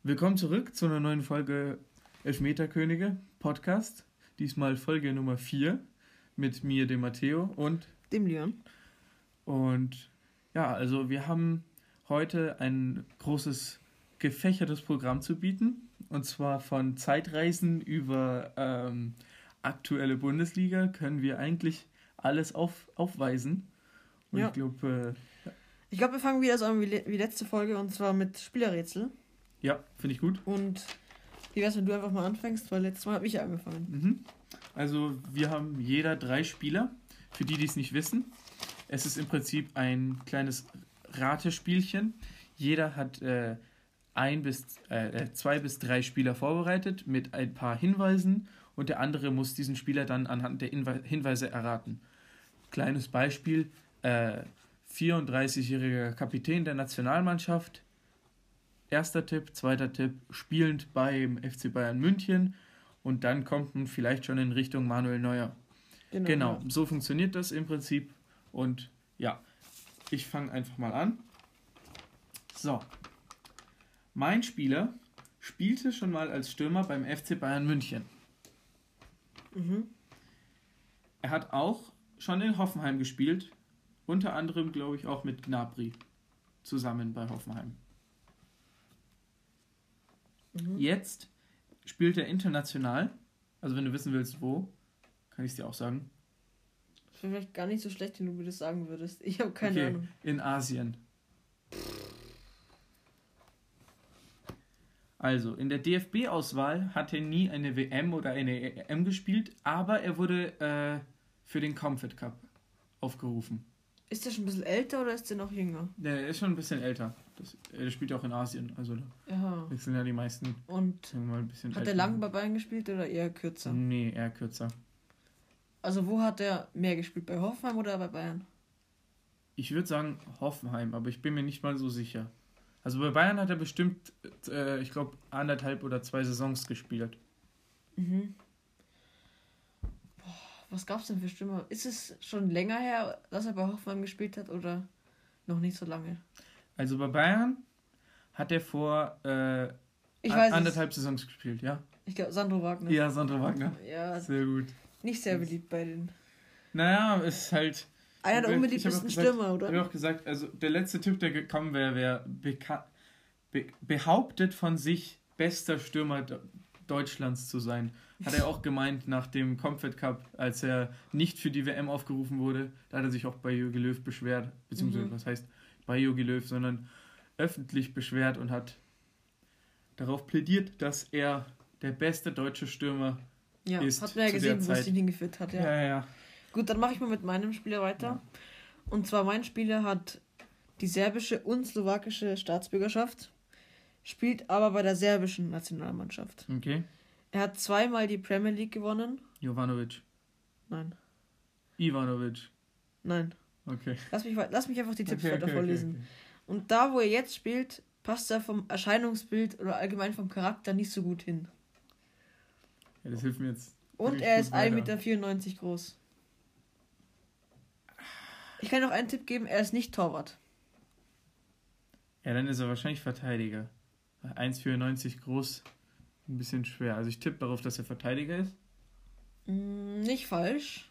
Willkommen zurück zu einer neuen Folge Elfmeterkönige Podcast. Diesmal Folge Nummer 4 mit mir, dem Matteo und dem Leon. Und ja, also wir haben heute ein großes gefächertes Programm zu bieten. Und zwar von Zeitreisen über aktuelle Bundesliga können wir eigentlich alles aufweisen. Und ja. Ich glaube, wir fangen wieder so an wie letzte Folge und zwar mit Spielerrätsel. Ja, finde ich gut. Und wie wär's, wenn du einfach mal anfängst, weil letztes Mal habe ich ja angefangen. Also wir haben jeder 3 Spieler, für die es nicht wissen. Es ist im Prinzip ein kleines Ratespielchen. Jeder hat 2 bis 3 Spieler vorbereitet mit ein paar Hinweisen und der andere muss diesen Spieler dann anhand der Hinweise erraten. Kleines Beispiel, 34-jähriger Kapitän der Nationalmannschaft. Erster Tipp, zweiter Tipp, spielend beim FC Bayern München und dann kommt man vielleicht schon in Richtung Manuel Neuer. Genau. So funktioniert das im Prinzip und ja, ich fange einfach mal an. So, mein Spieler spielte schon mal als Stürmer beim FC Bayern München. Er hat auch schon in Hoffenheim gespielt, unter anderem glaube ich auch mit Gnabry zusammen bei Hoffenheim. Jetzt spielt er international. Also wenn du wissen willst, wo, kann ich es dir auch sagen. Vielleicht gar nicht so schlecht, wenn du mir das sagen würdest. Ich habe keine Ahnung. In Asien. Also, in der DFB-Auswahl hat er nie eine WM oder eine EM gespielt, aber er wurde für den Comfort Cup aufgerufen. Ist der schon ein bisschen älter oder ist der noch jünger? Der ist schon ein bisschen älter. Der spielt auch in Asien, also da wechseln ja die meisten. Und mal ein bisschen hat er lang bei Bayern gespielt oder eher kürzer? Nee, eher kürzer. Also wo hat er mehr gespielt? Bei Hoffenheim oder bei Bayern? Ich würde sagen Hoffenheim, aber ich bin mir nicht mal so sicher. Also bei Bayern hat er bestimmt, ich glaube, 1,5 oder 2 Saisons gespielt. Was gab es denn für Stürmer? Ist es schon länger her, dass er bei Hoffenheim gespielt hat oder noch nicht so lange? Also bei Bayern hat er vor 1,5 Saisons gespielt, ja? Ich glaube, Sandro Wagner. Ja, Sandro Wagner. Ja, sehr gut. Nicht sehr beliebt bei den... Naja, ist halt... Einer der unbeliebtesten Stürmer, oder? Ich habe auch gesagt, also der letzte Tipp, der gekommen wäre, behauptet von sich, bester Stürmer Deutschlands zu sein. Hat er auch gemeint nach dem Comfort Cup, als er nicht für die WM aufgerufen wurde. Da hat er sich auch bei Jogi Löw beschwert, beziehungsweise was heißt bei Jogi Löw, sondern öffentlich beschwert und hat darauf plädiert, dass er der beste deutsche Stürmer ist. Ja, hat man ja gesehen, wo es ihn hingeführt hat. Ja. Gut, dann mache ich mal mit meinem Spieler weiter. Ja. Und zwar mein Spieler hat die serbische und slowakische Staatsbürgerschaft, spielt aber bei der serbischen Nationalmannschaft. Okay. Er hat 2-mal die Premier League gewonnen. Jovanovic. Nein. Ivanovic. Nein. Okay. Lass mich einfach die Tipps weiter vorlesen. Okay. Und da, wo er jetzt spielt, passt er vom Erscheinungsbild oder allgemein vom Charakter nicht so gut hin. Ja, das hilft mir jetzt. Und er ist 1,94 Meter groß. Ich kann noch einen Tipp geben, er ist nicht Torwart. Ja, dann ist er wahrscheinlich Verteidiger. 1,94 groß, ein bisschen schwer. Also ich tippe darauf, dass er Verteidiger ist. Nicht falsch.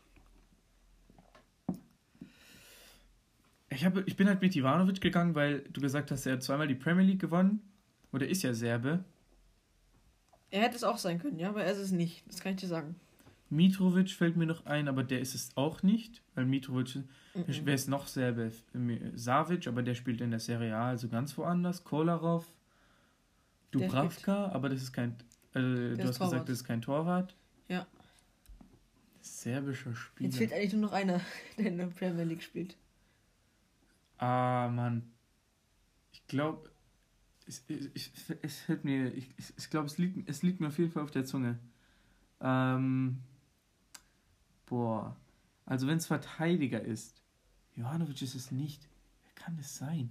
Ich bin halt mit Ivanovic gegangen, weil du gesagt hast, er hat 2-mal die Premier League gewonnen. Oder ist ja Serbe. Er hätte es auch sein können, ja, aber er ist es nicht. Das kann ich dir sagen. Mitrovic fällt mir noch ein, aber der ist es auch nicht. Weil Mitrovic, wer ist noch Serbe? Savic, aber der spielt in der Serie A, also ganz woanders. Kolarov, Dubravka, aber das ist kein... du hast gesagt, das ist kein Torwart. Ja. Serbischer Spieler. Jetzt fehlt eigentlich nur noch einer, der in der Premier League spielt. Ah, Mann. Ich glaube, es liegt mir auf jeden Fall auf der Zunge. Also wenn es Verteidiger ist, Jovanovic ist es nicht. Wer kann es sein?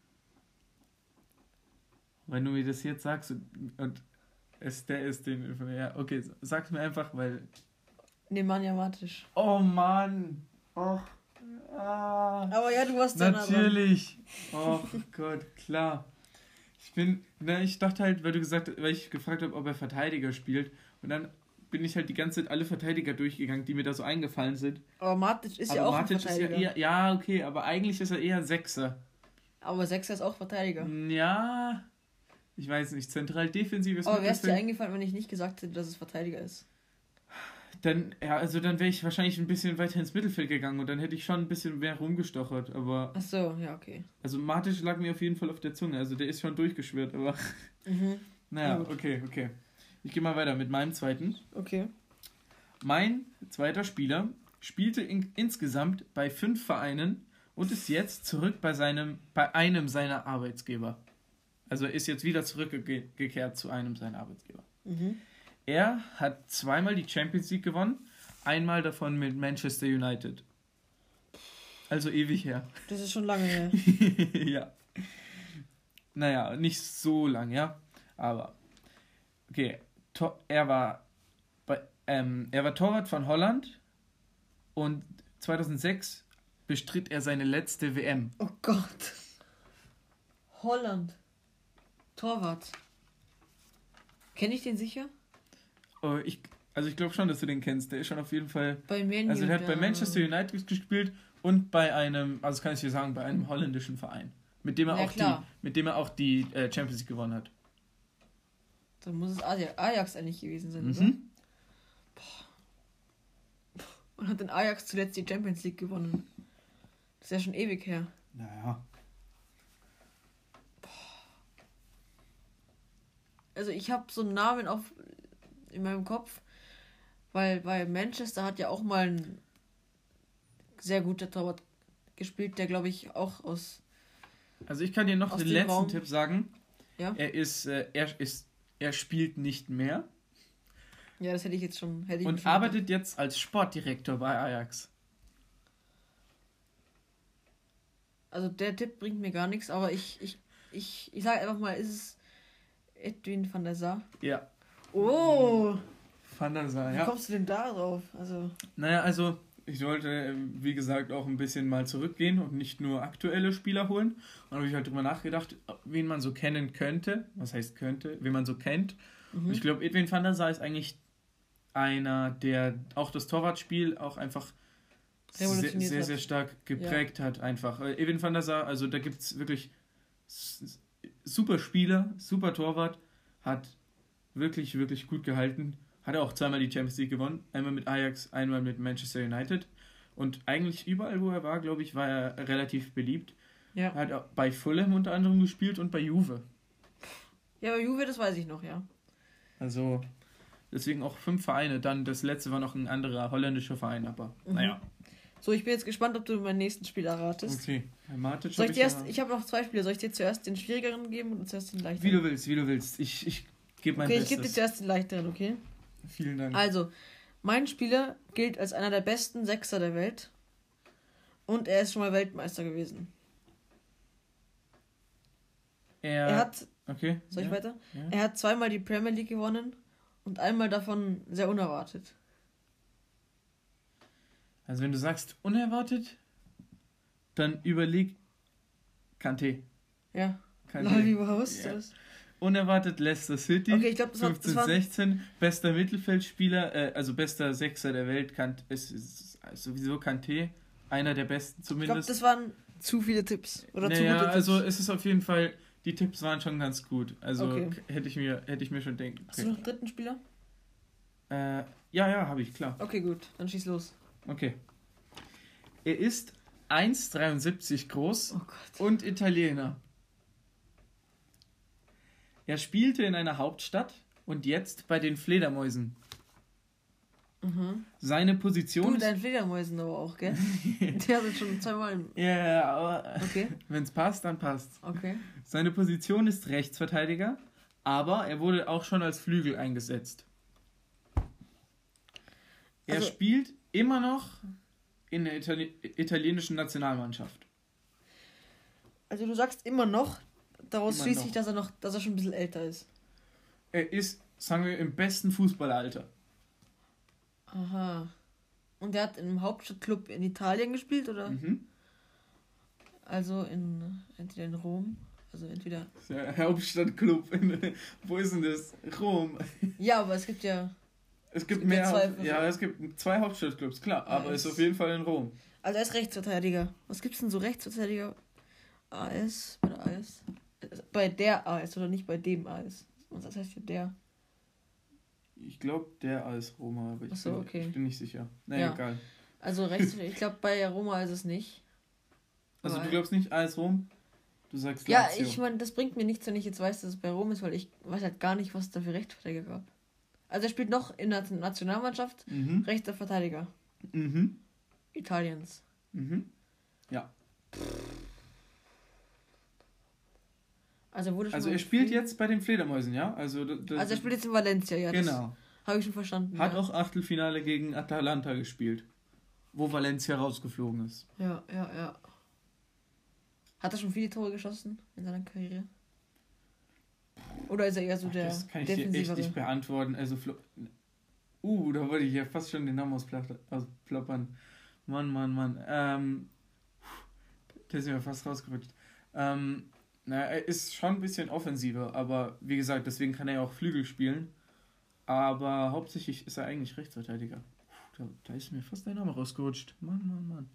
Wenn du mir das jetzt sagst und der ist den... Ja, okay, sag's mir einfach, weil... Nemanja Matic. Oh Mann. Och. Aber ja, du warst ja natürlich. Oh Gott, klar. Ich dachte halt, weil ich gefragt habe, ob er Verteidiger spielt. Und dann bin ich halt die ganze Zeit alle Verteidiger durchgegangen, die mir da so eingefallen sind. Aber Matic ist ja auch Matic ein Verteidiger. ist ja, okay, aber eigentlich ist er eher Sechser. Aber Sechser ist auch Verteidiger. Ja, ich weiß nicht, zentral defensiv ist. Aber wäre es dir eingefallen, wenn ich nicht gesagt hätte, dass es Verteidiger ist? Dann wäre ich wahrscheinlich ein bisschen weiter ins Mittelfeld gegangen und dann hätte ich schon ein bisschen mehr rumgestochert, aber... Ach so, ja, okay. Also Matic lag mir auf jeden Fall auf der Zunge, also der ist schon durchgeschwirrt, aber... Naja, okay. Ich gehe mal weiter mit meinem zweiten. Okay. Mein zweiter Spieler spielte insgesamt bei 5 Vereinen und ist jetzt zurück bei einem seiner Arbeitsgeber. Also ist jetzt wieder zurückgekehrt zu einem seiner Arbeitsgeber. Er hat zweimal die Champions League gewonnen, einmal davon mit Manchester United. Also ewig her. Das ist schon lange her. Ja. Naja, nicht so lang, ja. Aber, okay, er war Torwart von Holland und 2006 bestritt er seine letzte WM. Oh Gott. Holland. Torwart. Kenne ich den sicher? Ich glaube schon, dass du den kennst. Der ist schon auf jeden Fall... Bei Man Also der hat bei Manchester United gespielt und bei einem, also kann ich dir sagen, bei einem holländischen Verein. Mit dem er auch die Champions League gewonnen hat. Dann muss es Ajax eigentlich gewesen sein, oder? Und hat in Ajax zuletzt die Champions League gewonnen. Das ist ja schon ewig her. Naja. Also ich habe so einen Namen in meinem Kopf, weil Manchester hat ja auch mal ein sehr guter Torwart gespielt, der glaube ich auch aus... Also ich kann dir noch den letzten Tipp sagen. Ja? Er spielt nicht mehr. Ja, das hätte ich jetzt schon... Und arbeitet jetzt als Sportdirektor bei Ajax. Also der Tipp bringt mir gar nichts, aber ich sage einfach mal, ist es Edwin van der Sar? Ja. Oh! Van der Sar, ja. Wie kommst du denn da drauf? Naja, ich wollte, wie gesagt, auch ein bisschen mal zurückgehen und nicht nur aktuelle Spieler holen. Und dann habe ich halt drüber nachgedacht, wen man so kennen könnte. Was heißt könnte? Wen man so kennt. Und ich glaube, Edwin van der Sar ist eigentlich einer, der auch das Torwartspiel auch einfach sehr, sehr stark geprägt hat. Einfach. Edwin van der Sar, also da gibt es wirklich super Spieler, super Torwart, hat wirklich, wirklich gut gehalten. Hat er auch zweimal die Champions League gewonnen. Einmal mit Ajax, einmal mit Manchester United. Und eigentlich überall, wo er war, glaube ich, war er relativ beliebt. Ja. Hat auch bei Fulham unter anderem gespielt und bei Juve. Ja, bei Juve, das weiß ich noch, ja. Also, deswegen auch 5 Vereine. Dann das letzte war noch ein anderer holländischer Verein, aber naja. So, ich bin jetzt gespannt, ob du meinen nächsten Spieler erratest. Okay. Matic ich habe noch 2 Spieler. Soll ich dir zuerst den schwierigeren geben und zuerst den leichteren? Wie du willst. Ich gebe mein Bestes. Okay, ich gebe dir zuerst den leichteren, okay? Vielen Dank. Also, mein Spieler gilt als einer der besten Sechser der Welt. Und er ist schon mal Weltmeister gewesen. Er hat... Okay. Soll ich weiter? Ja. Er hat zweimal die Premier League gewonnen und einmal davon sehr unerwartet. Also wenn du sagst unerwartet, dann überleg Kanté. Ja. Wie wusstest du das? Unerwartet Leicester City. Okay, ich glaube, das 15, war 16. Bester Mittelfeldspieler, also bester Sechser der Welt, ist sowieso Kanté. Einer der besten zumindest. Ich glaube, das waren zu viele Tipps. Oder zu gute Tipps. Also es ist auf jeden Fall, die Tipps waren schon ganz gut. Also hätte ich mir schon denken. Hast du noch einen dritten Spieler? Ja, habe ich, klar. Okay, gut, dann schieß los. Okay. Er ist 1,73 groß Gott. und Italiener. Er spielte in einer Hauptstadt und jetzt bei den Fledermäusen. Seine Position... Du, deinen Fledermäusen aber auch, gell? Die hat schon 2-mal... Ja, aber okay. Wenn es passt, dann passt. Okay. Seine Position ist Rechtsverteidiger, aber er wurde auch schon als Flügel eingesetzt. Er spielt immer noch in der italienischen Nationalmannschaft. Also du sagst immer noch, daraus schließe ich, dass er schon ein bisschen älter ist. Er ist, sagen wir, im besten Fußballeralter. Aha. Und er hat in einem Hauptstadtclub in Italien gespielt, oder? Mhm. Also entweder in Rom Also entweder... Das ist ja Hauptstadtclub. Wo ist denn das? Rom. Ja, aber es gibt ja... Es gibt mehr... Es gibt 2 Hauptstadtclubs, klar. Aber es ist auf jeden Fall in Rom. Also er ist Rechtsverteidiger. Was gibt's denn so Rechtsverteidiger? AS? Bei der AS? Bei der AS oder nicht bei dem AS? Was heißt hier der? Ich glaube, der AS Roma, aber ich bin nicht sicher. Naja, egal. Also ich glaube, bei Roma ist es nicht. Also du glaubst nicht AS Rom? Du sagst Lazio. Ja, ich meine, das bringt mir nichts, wenn ich jetzt weiß, dass es bei Rom ist, weil ich weiß halt gar nicht, was es da für Rechtsverteidiger gab. Also er spielt noch in der Nationalmannschaft rechter Verteidiger. Italiens. Ja. Also er spielt jetzt bei den Fledermäusen, ja? Also er spielt jetzt in Valencia, ja. Genau. Habe ich schon verstanden. Hat auch Achtelfinale gegen Atalanta gespielt. Wo Valencia rausgeflogen ist. Ja. Hat er schon viele Tore geschossen in seiner Karriere? Oder ist er eher so der Das kann ich dir echt nicht beantworten. Also, da wollte ich ja fast schon den Namen ausploppern. Mann. Der ist mir fast rausgerutscht. Er ist schon ein bisschen offensiver, aber wie gesagt, deswegen kann er ja auch Flügel spielen. Aber hauptsächlich ist er eigentlich Rechtsverteidiger. Da ist mir fast der Name rausgerutscht. Mann.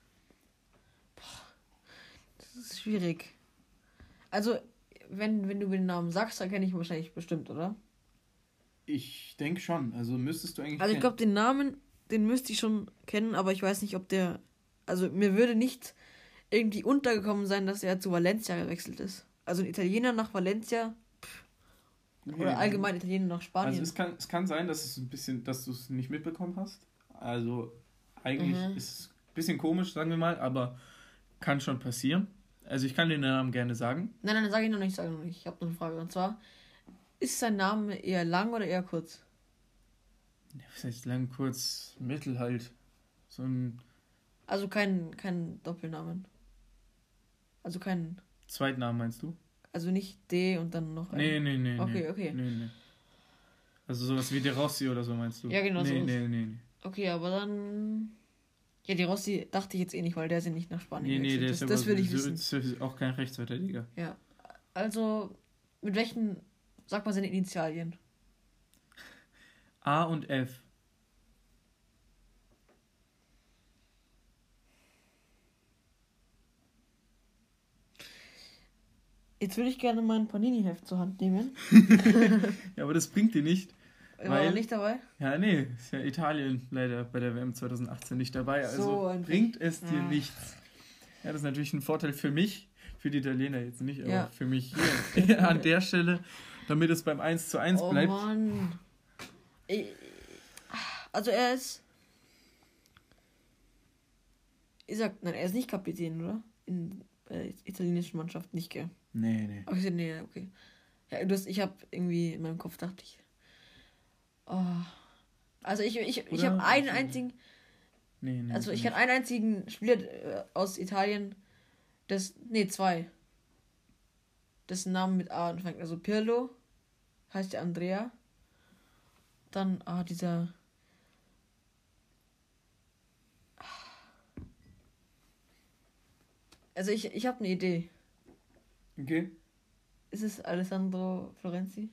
Das ist schwierig. Also, wenn du mir den Namen sagst, dann kenne ich ihn wahrscheinlich bestimmt, oder? Ich denke schon. Also müsstest du eigentlich Also ich glaube, den Namen, den müsste ich schon kennen, aber ich weiß nicht, ob der... Also mir würde nicht irgendwie untergekommen sein, dass er zu Valencia gewechselt ist. Also ein Italiener nach Valencia... Oder allgemein Italiener nach Spanien. Also es kann sein, dass du es nicht mitbekommen hast. Also eigentlich ist es ein bisschen komisch, sagen wir mal, aber kann schon passieren. Also ich kann den Namen gerne sagen. Nein, sage ich noch nicht. Ich habe noch eine Frage. Und zwar, ist sein Name eher lang oder eher kurz? Was heißt lang, kurz, mittel halt. So ein... Also kein Doppelnamen. Also kein... Zweitnamen meinst du? Also nicht D und dann noch ein... Nee. Okay. Nee. Also sowas wie De Rossi oder so meinst du? Ja, genau so. Nee. Okay, aber dann... Ja, De Rossi dachte ich jetzt eh nicht, weil der sind nicht nach Spanien Nee, das würde ich wissen. Das ist auch kein Rechtsverteidiger. Ja. Also, mit welchen, sag mal seine Initialien? A und F. Jetzt würde ich gerne mein Panini-Heft zur Hand nehmen. Ja, aber das bringt dir nicht. War er nicht dabei? Ja, nee, ist ja Italien leider bei der WM 2018 nicht dabei. Also bringt es dir nichts. Ja, das ist natürlich ein Vorteil für mich, für die Italiener jetzt nicht, aber für mich hier an der Stelle, damit es beim 1:1 bleibt. Oh Mann. Also er ist... er ist nicht Kapitän, oder? In der italienischen Mannschaft nicht, gell? Nee. Okay. Ja, ich habe irgendwie in meinem Kopf dachte ich... Oh. Also ich habe einen einzigen... Nee, also ich kenne einen einzigen Spieler aus Italien, zwei, dessen Namen mit A anfängt. Also Pirlo heißt der Andrea. Dann dieser... Also ich habe eine Idee. Okay. Ist es Alessandro Florenzi?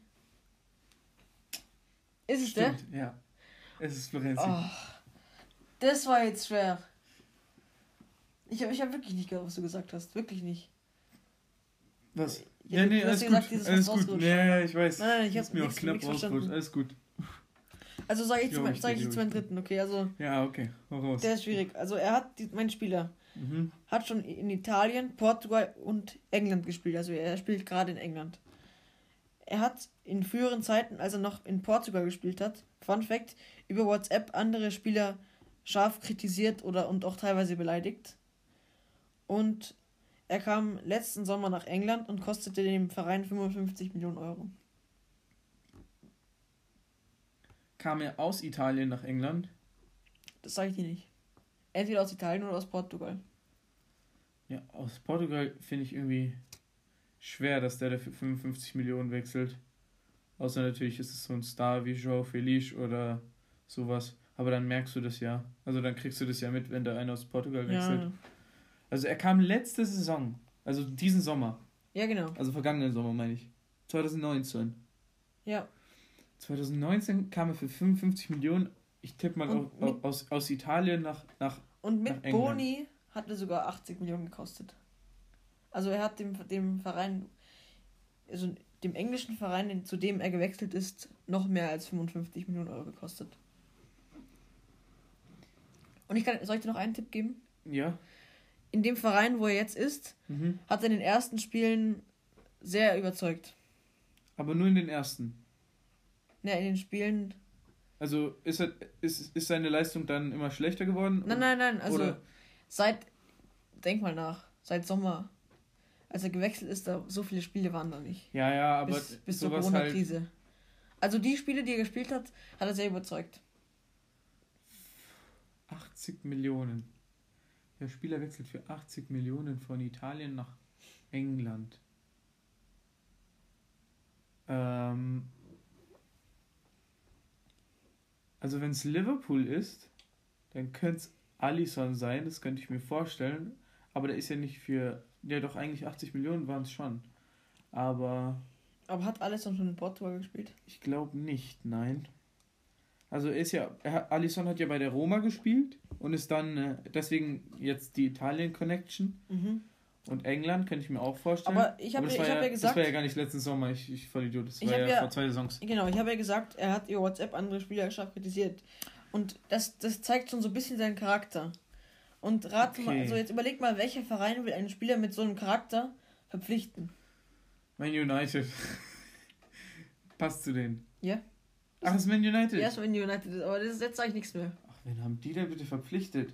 Ist es Stimmt, der? Ja. Es ist Florenzi. Oh, das war jetzt schwer. Ich hab wirklich nicht gehört, was du gesagt hast. Wirklich nicht. Was? Ja, nee, alles gut. Alles gut. Ja, ich weiß. Nein, ich hab's mir auch knapp rausgerutscht. Alles gut. Also sag ich jetzt meinen dritten, okay? Also, ja, okay. Hau raus. Der ist schwierig. Also mein Spieler hat schon in Italien, Portugal und England gespielt. Also er spielt gerade in England. Er hat in früheren Zeiten, als er noch in Portugal gespielt hat, Fun Fact, über WhatsApp andere Spieler scharf kritisiert und auch teilweise beleidigt. Und er kam letzten Sommer nach England und kostete dem Verein 55 Millionen Euro. Kam er aus Italien nach England? Das sage ich dir nicht. Entweder aus Italien oder aus Portugal. Ja, aus Portugal finde ich irgendwie schwer, dass der für 55 Millionen wechselt. Außer natürlich ist es so ein Star wie João Félix oder sowas. Aber dann merkst du das ja. Also dann kriegst du das ja mit, wenn da einer aus Portugal wechselt. Ja. Also er kam letzte Saison, also diesen Sommer, Ja, genau. Also vergangenen Sommer meine ich. 2019. Ja. 2019 kam er für 55 Millionen, ich tippe mal aus Italien nach Und mit nach England. Boni hat er sogar 80 Millionen gekostet. Also er hat dem Verein, also dem englischen Verein, zu dem er gewechselt ist, noch mehr als 55 Millionen Euro gekostet. Und soll ich dir noch einen Tipp geben? Ja. In dem Verein, wo er jetzt ist, hat er in den ersten Spielen sehr überzeugt. Aber nur in den ersten? Ja, in den Spielen... Also ist seine Leistung dann immer schlechter geworden? Nein, also denk mal nach, seit Sommer, als er gewechselt ist, da so viele Spiele waren da nicht. Ja, aber bis zur Corona-Krise. Halt... Also die Spiele, die er gespielt hat er sehr überzeugt. 80 Millionen. Der Spieler wechselt für 80 Millionen von Italien nach England. Also wenn es Liverpool ist, dann könnte es Alisson sein, das könnte ich mir vorstellen. Aber der ist ja nicht für... Ja doch, eigentlich 80 Millionen waren es schon. Aber hat Alisson schon in Portugal gespielt? Ich glaube nicht, nein. Also Alisson hat ja bei der Roma gespielt und ist dann deswegen jetzt die Italien-Connection. Und England könnte ich mir auch vorstellen. Aber das war ja gar nicht letzten Sommer, ich voll Idiot, das war ja vor 2 Saisons. Genau, ich habe ja gesagt, er hat über WhatsApp andere Spielerschaft kritisiert. Und das zeigt schon so ein bisschen seinen Charakter. Und mal, also jetzt überleg mal, welcher Verein will einen Spieler mit so einem Charakter verpflichten? Man United. Passt zu denen. Ja. Ach, das ist Man United? Ja, das ist Man United, aber jetzt sage ich nichts mehr. Ach, wen haben die denn bitte verpflichtet?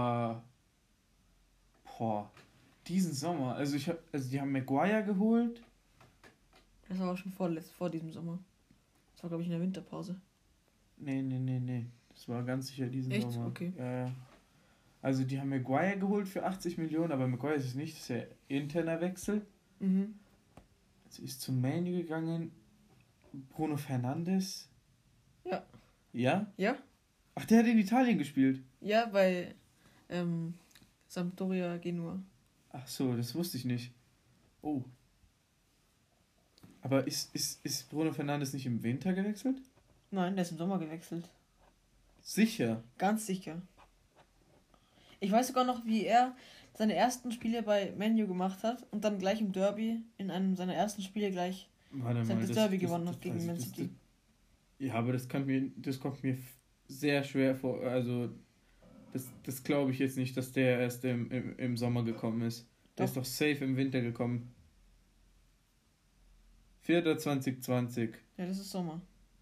Diesen Sommer. Also die haben Maguire geholt. Das war aber schon vor diesem Sommer. Das war, glaube ich, in der Winterpause. Nee. Das war ganz sicher diesen Echt? Sommer. Okay. Ja. Also die haben Maguire geholt für 80 Millionen, aber Maguire ist es nicht, das ist ja interner Wechsel. Also ist zum Man U gegangen. Bruno Fernandes. Ja. Ja? Ja. Ach, der hat in Italien gespielt? Ja, bei Sampdoria Genua. Ach so, das wusste ich nicht. Oh. Aber ist Bruno Fernandes nicht im Winter gewechselt? Nein, der ist im Sommer gewechselt. Sicher? Ganz sicher. Ich weiß sogar noch, wie er seine ersten Spiele bei Man U gemacht hat und dann gleich im Derby, in einem seiner ersten Spiele gleich das Derby gewonnen hat gegen Man City. Ja, aber das kommt mir sehr schwer vor. Also, das glaube ich jetzt nicht, dass der erst im Sommer gekommen ist. Der ist doch safe im Winter gekommen. 4.2020. Ja, das ist Sommer.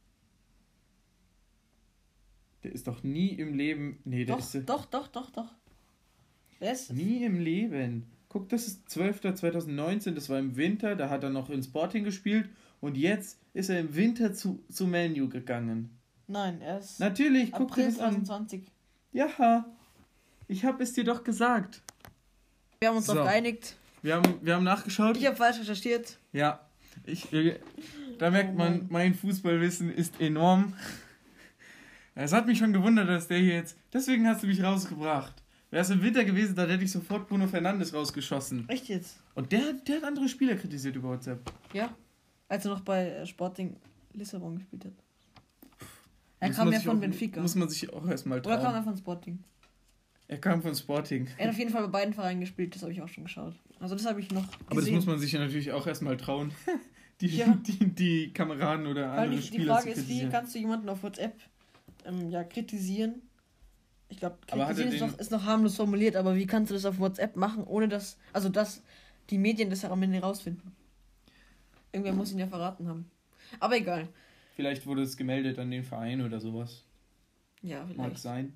Der ist doch nie im Leben... Nee, der ist... Doch. Nie im Leben. Guck, das ist 12.2019, das war im Winter, da hat er noch in Sporting gespielt und jetzt ist er im Winter zu Man U gegangen. Nein, er ist... Natürlich, guck April dir das an. 2020. Ja, ich habe es dir doch gesagt. Wir haben uns darauf geeinigt. Wir haben nachgeschaut. Ich habe falsch recherchiert. Ja, da merkt man, mein Fußballwissen ist enorm. Es hat mich schon gewundert, dass der hier jetzt... Deswegen hast du mich rausgebracht. Wäre es im Winter gewesen, dann hätte ich sofort Bruno Fernandes rausgeschossen. Echt jetzt? Und der hat andere Spieler kritisiert über WhatsApp. Ja, als er noch bei Sporting Lissabon gespielt hat. Er kam ja von Benfica. Muss man sich auch erstmal trauen. Oder kam er von Sporting? Er kam von Sporting. Er hat auf jeden Fall bei beiden Vereinen gespielt, das habe ich auch schon geschaut. Also das habe ich noch gesehen. Aber das muss man sich ja natürlich auch erstmal trauen. Die Kameraden oder andere Spieler. Die Frage ist, wie kannst du jemanden auf WhatsApp kritisieren? Ich glaube, kritisieren ist noch harmlos formuliert, aber wie kannst du das auf WhatsApp machen, ohne dass die Medien das ja am Ende rausfinden? Irgendwer muss ihn ja verraten haben. Aber egal. Vielleicht wurde es gemeldet an den Verein oder sowas. Ja, vielleicht. Mag sein.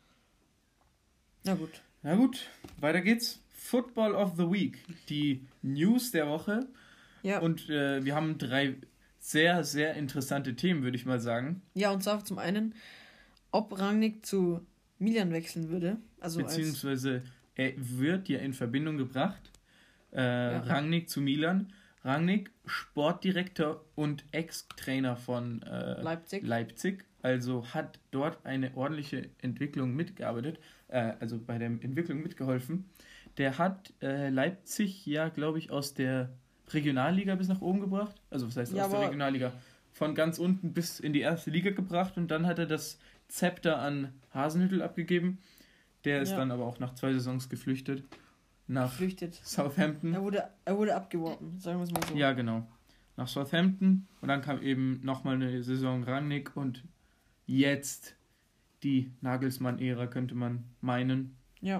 Na gut. Na gut, weiter geht's. Football of the Week. Die News der Woche. Ja. Und wir haben 3 sehr, sehr interessante Themen, würde ich mal sagen. Ja, und zwar zum einen, ob Rangnick zu Milan wechseln würde. Also beziehungsweise er wird ja in Verbindung gebracht. Rangnick zu Milan. Rangnick, Sportdirektor und Ex-Trainer von Leipzig. Also hat dort eine ordentliche Entwicklung mitgearbeitet. Also bei der Entwicklung mitgeholfen. Der hat Leipzig ja, glaube ich, aus der Regionalliga bis nach oben gebracht. Also was heißt aus der Regionalliga? Von ganz unten bis in die erste Liga gebracht und dann hat er das Zepter an Hasenhüttl abgegeben. Der ist dann aber auch nach 2 Saisons geflüchtet. Nach Southampton. Er wurde abgeworben, sagen wir es mal so. Ja, genau. Nach Southampton und dann kam eben nochmal eine Saison Rangnick und jetzt die Nagelsmann-Ära, könnte man meinen. Ja.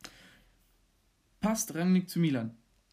Passt Rangnick zu Milan?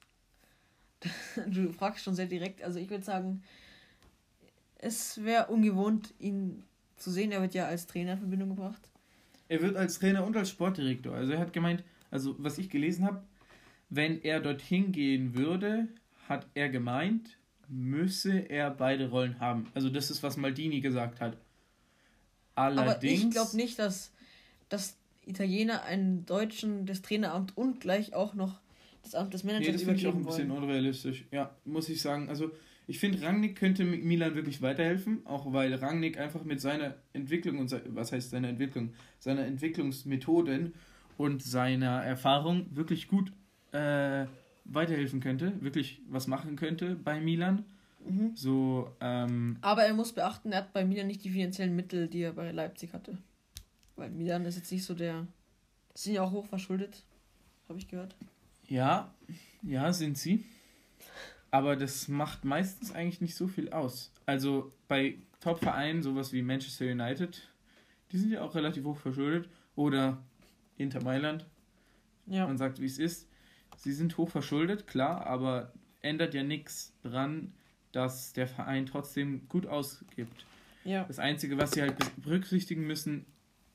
Du fragst schon sehr direkt. Also ich würde sagen, es wäre ungewohnt, ihn zu sehen. Er wird ja als Trainer in Verbindung gebracht. Er wird als Trainer und als Sportdirektor. Also er hat gemeint, also was ich gelesen habe, wenn er dorthin gehen würde, hat er gemeint, müsse er beide Rollen haben. Also das ist, was Maldini gesagt hat. Allerdings, aber ich glaube nicht, dass Italiener einen Deutschen das Traineramt und gleich auch noch das Amt des Managers das finde ich auch ein bisschen unrealistisch. Ja, muss ich sagen. Also ich finde, Rangnick könnte Milan wirklich weiterhelfen, auch weil Rangnick einfach mit seiner Entwicklung und was heißt seine Entwicklung? Seiner Entwicklungsmethoden und seiner Erfahrung wirklich gut weiterhelfen könnte, wirklich was machen könnte bei Milan. Mhm. So, aber er muss beachten, er hat bei Milan nicht die finanziellen Mittel, die er bei Leipzig hatte. Weil Milan ist jetzt nicht so der... Das sind ja auch hoch verschuldet, habe ich gehört. Ja, sind sie. Aber das macht meistens eigentlich nicht so viel aus. Also bei Top-Vereinen, sowas wie Manchester United, die sind ja auch relativ hoch verschuldet. Oder Inter Mailand. Ja. Man sagt, wie es ist. Sie sind hoch verschuldet, klar, aber ändert ja nichts dran, dass der Verein trotzdem gut ausgibt. Ja. Das Einzige, was sie halt berücksichtigen müssen,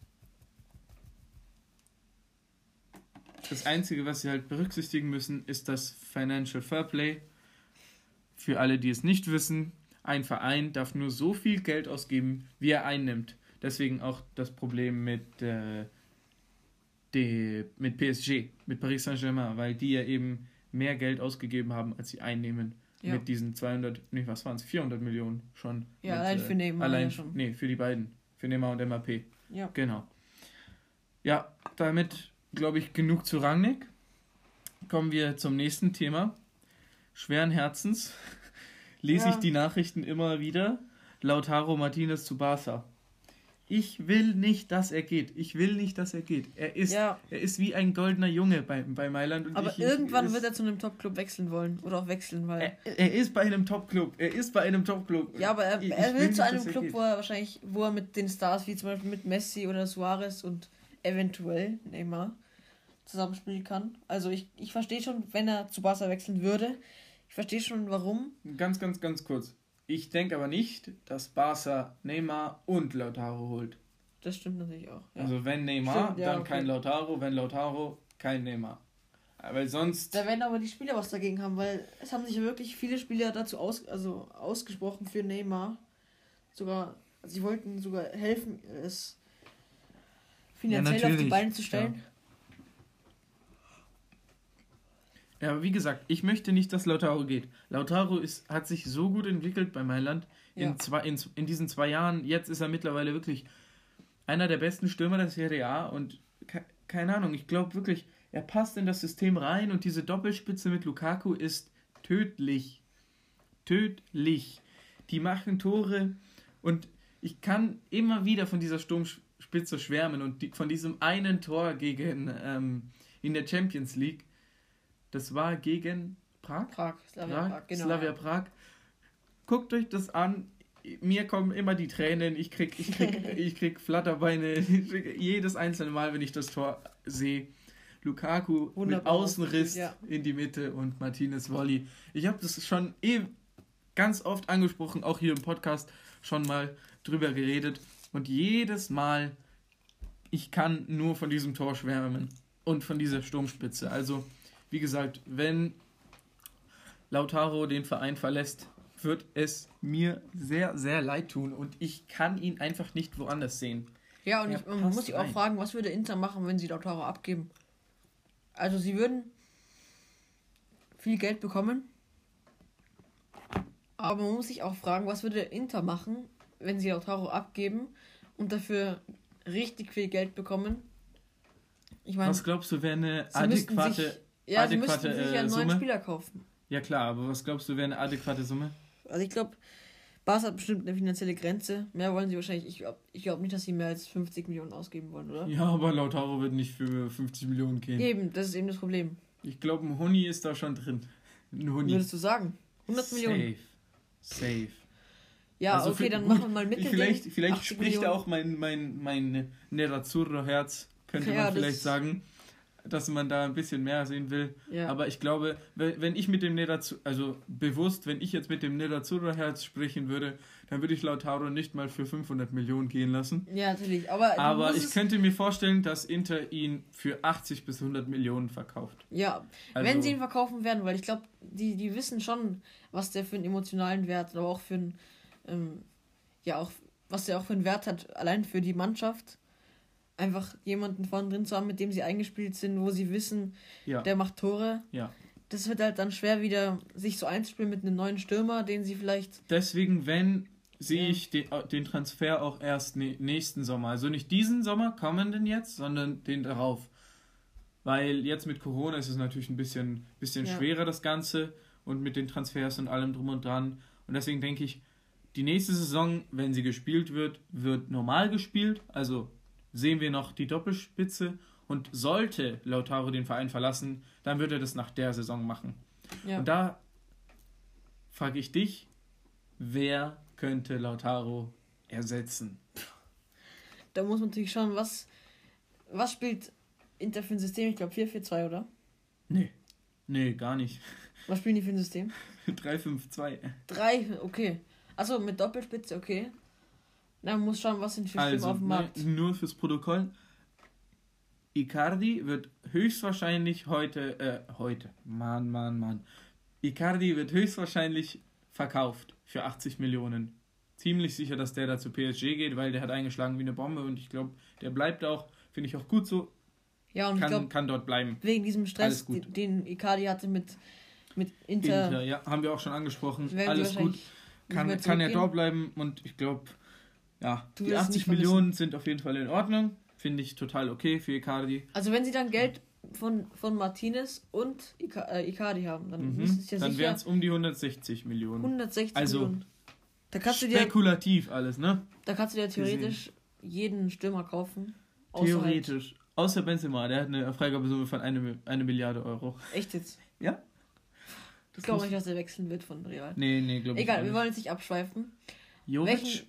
ist das Financial Fairplay. Für alle, die es nicht wissen, ein Verein darf nur so viel Geld ausgeben, wie er einnimmt. Deswegen auch das Problem mit PSG, mit Paris Saint-Germain, weil die ja eben mehr Geld ausgegeben haben, als sie einnehmen. Ja. Mit diesen 400 Millionen schon. Ja, allein für Neymar. Für die beiden. Für Neymar und Mbappé. Ja. Genau. Ja, damit, glaube ich, genug zu Rangnick. Kommen wir zum nächsten Thema. Schweren Herzens lese ich die Nachrichten immer wieder. Lautaro Martinez zu Barca. Ich will nicht, dass er geht. Er ist wie ein goldener Junge bei Mailand. Und aber irgendwann wird er zu einem Top-Club wechseln wollen. Oder auch wechseln, weil... Er ist bei einem Top-Club. Ja, aber er will zu einem Club, wo er mit den Stars, wie zum Beispiel mit Messi oder Suarez und eventuell Neymar zusammenspielen kann. Also ich verstehe schon, wenn er zu Barca wechseln würde. Ich verstehe schon, warum. Ganz kurz. Ich denke aber nicht, dass Barca Neymar und Lautaro holt. Das stimmt natürlich auch. Ja. Also wenn Neymar, dann kein Lautaro. Wenn Lautaro, kein Neymar. Weil sonst... Da werden aber die Spieler was dagegen haben, weil es haben sich ja wirklich viele Spieler dazu ausgesprochen für Neymar. Also sie wollten sogar helfen, es finanziell auf die Beine zu stellen. Ja. Ja, aber wie gesagt, ich möchte nicht, dass Lautaro geht. Lautaro hat sich so gut entwickelt bei Mailand in diesen 2 Jahren. Jetzt ist er mittlerweile wirklich einer der besten Stürmer der Serie A und keine Ahnung, ich glaube wirklich, er passt in das System rein und diese Doppelspitze mit Lukaku ist tödlich. Tödlich. Die machen Tore und ich kann immer wieder von dieser Sturmspitze schwärmen und von diesem einen Tor gegen in der Champions League. Das war gegen Slavia Prag. Guckt euch das an. Mir kommen immer die Tränen. Ich krieg Flatterbeine jedes einzelne Mal, wenn ich das Tor sehe. Lukaku mit Außenriss in die Mitte und Martinez Volley. Ich habe das schon ganz oft angesprochen, auch hier im Podcast schon mal drüber geredet. Und jedes Mal, ich kann nur von diesem Tor schwärmen und von dieser Sturmspitze. Also wie gesagt, wenn Lautaro den Verein verlässt, wird es mir sehr, sehr leid tun und ich kann ihn einfach nicht woanders sehen. Ja, und man muss sich auch fragen, was würde Inter machen, wenn sie Lautaro abgeben? Also sie würden viel Geld bekommen, aber man muss sich auch fragen, was würde Inter machen, wenn sie Lautaro abgeben und dafür richtig viel Geld bekommen? Ich meine, was glaubst du, wäre eine adäquate sie müssten sich einen neuen Spieler kaufen. Ja klar, aber was glaubst du, wäre eine adäquate Summe? Also ich glaube, Barca hat bestimmt eine finanzielle Grenze. Mehr wollen sie wahrscheinlich. Ich glaube nicht, dass sie mehr als 50 Millionen ausgeben wollen, oder? Ja, aber Lautaro wird nicht für 50 Millionen gehen. Eben, das ist eben das Problem. Ich glaube, ein Huni ist da schon drin. Ein Huni. Würdest du sagen? 100 Millionen? Safe. Ja, also okay, dann machen wir mal mit. Vielleicht spricht Millionen. Auch mein Nerazzurro-Herz, könnte man vielleicht sagen, dass man da ein bisschen mehr sehen will. Ja. Aber ich glaube, wenn ich mit dem Nerazzurro, also bewusst, wenn ich jetzt mit dem Nerazzurro-Herz sprechen würde, dann würde ich Lautaro nicht mal für 500 Millionen gehen lassen. Ja, natürlich. Aber ich könnte mir vorstellen, dass Inter ihn für 80 bis 100 Millionen verkauft. Ja, also, wenn sie ihn verkaufen werden, weil ich glaube, die wissen schon, was der für einen emotionalen Wert, aber auch für einen, auch was der auch für einen Wert hat, allein für die Mannschaft. Einfach jemanden vorne drin zu haben, mit dem sie eingespielt sind, wo sie wissen, der macht Tore. Ja. Das wird halt dann schwer wieder, sich so einzuspielen mit einem neuen Stürmer, den sie vielleicht... Deswegen, sehe ich den Transfer auch erst nächsten Sommer. Also nicht diesen Sommer, kommenden jetzt, sondern den darauf. Weil jetzt mit Corona ist es natürlich ein bisschen schwerer, das Ganze. Und mit den Transfers und allem drum und dran. Und deswegen denke ich, die nächste Saison, wenn sie gespielt wird normal gespielt. Also sehen wir noch die Doppelspitze. Und sollte Lautaro den Verein verlassen, dann wird er das nach der Saison machen. Ja. Und da frage ich dich, wer könnte Lautaro ersetzen? Da muss man natürlich schauen, was spielt Inter für ein System? Ich glaube 4-4-2, oder? Nee, gar nicht. Was spielen die für ein System? 3-5-2. Okay. Achso, mit Doppelspitze, okay. Na, man muss schauen, was sind für Stimmen auf dem Markt. Nur fürs Protokoll. Icardi wird höchstwahrscheinlich Icardi wird höchstwahrscheinlich verkauft für 80 Millionen. Ziemlich sicher, dass der da zu PSG geht, weil der hat eingeschlagen wie eine Bombe und ich glaube, der bleibt auch, finde ich auch gut so. Ja, und kann dort bleiben. Wegen diesem Stress, den Icardi hatte mit Inter. Ja, haben wir auch schon angesprochen. Alles gut. Kann er dort bleiben und ich glaube, ja, die 80 Millionen sind auf jeden Fall in Ordnung. Finde ich total okay für Icardi. Also wenn sie dann Geld von Martinez und Icardi haben, dann ist es ja dann wären es um die 160 Millionen. 160 also, Millionen. Da kannst spekulativ alles, ne? Da kannst du dir theoretisch jeden Stürmer kaufen. Theoretisch. Außer Benzema, der hat eine Freigabesumme von 1 Milliarde Euro. Echt jetzt? Ja. Ich glaube nicht, dass er wechseln wird von Real. Nee, glaube ich nicht. Egal, wir wollen jetzt nicht abschweifen. Jovic?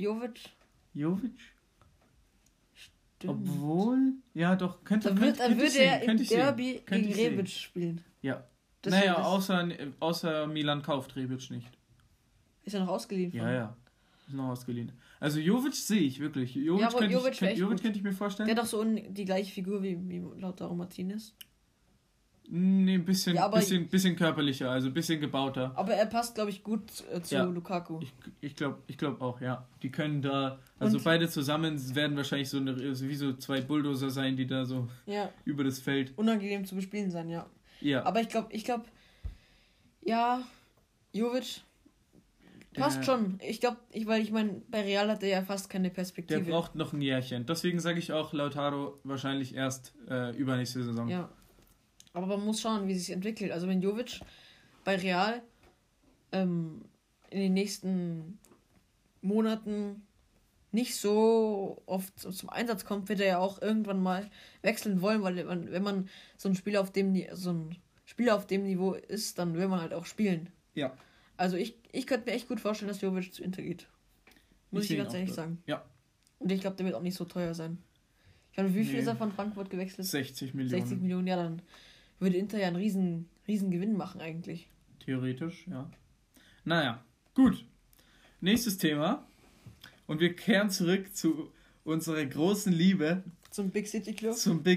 Stimmt. Obwohl, ja doch, könnte er im Derby gegen Rebic spielen. Ja. Außer Milan kauft Rebic nicht. Ist er noch ausgeliehen? Ja. Ist noch ausgeliehen. Also Jovic sehe ich wirklich. Jovic könnte ich mir vorstellen. Der hat doch so die gleiche Figur wie Lautaro Martinez. Nee, ein bisschen körperlicher, also ein bisschen gebauter. Aber er passt, glaube ich, gut zu Lukaku. Ich glaube auch, ja. Die können da, also beide zusammen werden wahrscheinlich wie so zwei Bulldozer sein, die da so über das Feld. Unangenehm zu bespielen sein, ja. Aber ich glaube, ja, Jovic passt schon. Weil ich meine, bei Real hat er ja fast keine Perspektive. Der braucht noch ein Jährchen. Deswegen sage ich auch Lautaro wahrscheinlich erst übernächste Saison. Ja. Aber man muss schauen, wie es sich entwickelt. Also wenn Jovic bei Real in den nächsten Monaten nicht so oft zum Einsatz kommt, wird er ja auch irgendwann mal wechseln wollen, weil wenn man so ein Spieler auf dem Niveau ist, dann will man halt auch spielen. Ja. Also ich könnte mir echt gut vorstellen, dass Jovic zu Inter geht. Muss ich ganz ehrlich sagen. Ja. Und ich glaube, der wird auch nicht so teuer sein. Ich meine, wie viel ist er von Frankfurt gewechselt? 60 Millionen. 60 Millionen, ja, dann würde Inter ja einen riesen Gewinn machen eigentlich. Theoretisch, ja. Naja, gut. Nächstes Thema. Und wir kehren zurück zu unserer großen Liebe. Zum Big City Club.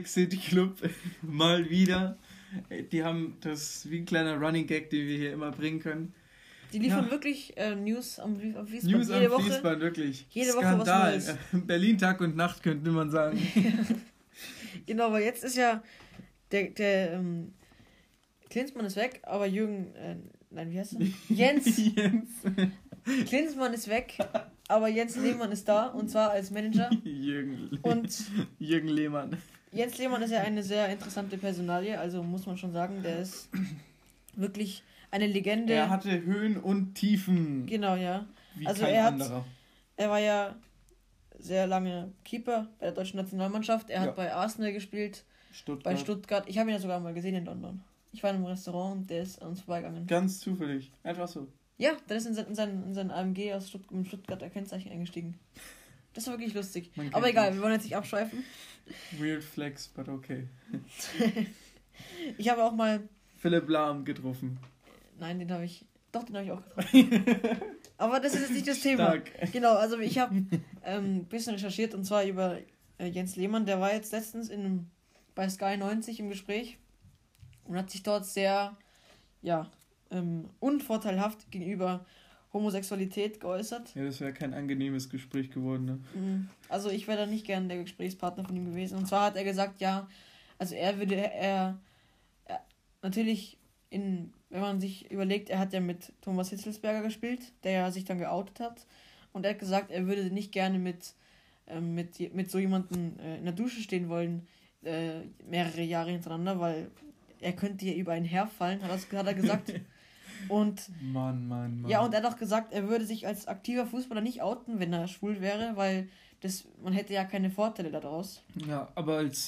Mal wieder. Die haben das wie ein kleiner Running Gag, den wir hier immer bringen können. Die liefern wirklich News am Fließband. News jede am Fließband, wirklich. Jede Skandal. Woche was Neues. Berlin Tag und Nacht, könnte man sagen. Genau, aber jetzt ist ja der Klinsmann ist weg, aber wie heißt er? Jens. Klinsmann ist weg, aber Jens Lehmann ist da, und zwar als Manager. Jürgen Lehmann. Jens Lehmann ist ja eine sehr interessante Personalie, also muss man schon sagen, der ist wirklich eine Legende. Er hatte Höhen und Tiefen. Genau, ja. Wie also kein anderer. Er war ja sehr lange Keeper bei der deutschen Nationalmannschaft. Er hat bei Arsenal gespielt, bei Stuttgart. Ich habe ihn ja sogar mal gesehen in London. Ich war in einem Restaurant und der ist an uns vorbeigegangen. Ganz zufällig. Einfach so. Ja, der ist in sein AMG aus Stuttgarter Kennzeichen eingestiegen. Das war wirklich lustig. Aber egal, wir wollen jetzt nicht abschweifen. Weird flex, but okay. Ich habe auch mal... Philipp Lahm getroffen. Nein, den habe ich auch getroffen. Aber das ist jetzt nicht das Thema. Stark. Genau, also ich habe ein bisschen recherchiert und zwar über Jens Lehmann. Der war jetzt letztens bei Sky 90 im Gespräch und hat sich dort sehr unvorteilhaft gegenüber Homosexualität geäußert. Ja, das wäre kein angenehmes Gespräch geworden, ne? Also ich wäre da nicht gern der Gesprächspartner von ihm gewesen. Und zwar hat er gesagt, ja, also er natürlich, wenn man sich überlegt, er hat ja mit Thomas Hitzelsberger gespielt, der ja sich dann geoutet hat. Und er hat gesagt, er würde nicht gerne mit so jemandem in der Dusche stehen wollen, mehrere Jahre hintereinander, weil er könnte ja über einen herfallen, hat er gesagt. Und Mann. Ja, und er hat auch gesagt, er würde sich als aktiver Fußballer nicht outen, wenn er schwul wäre, weil man hätte ja keine Vorteile daraus. Ja, aber als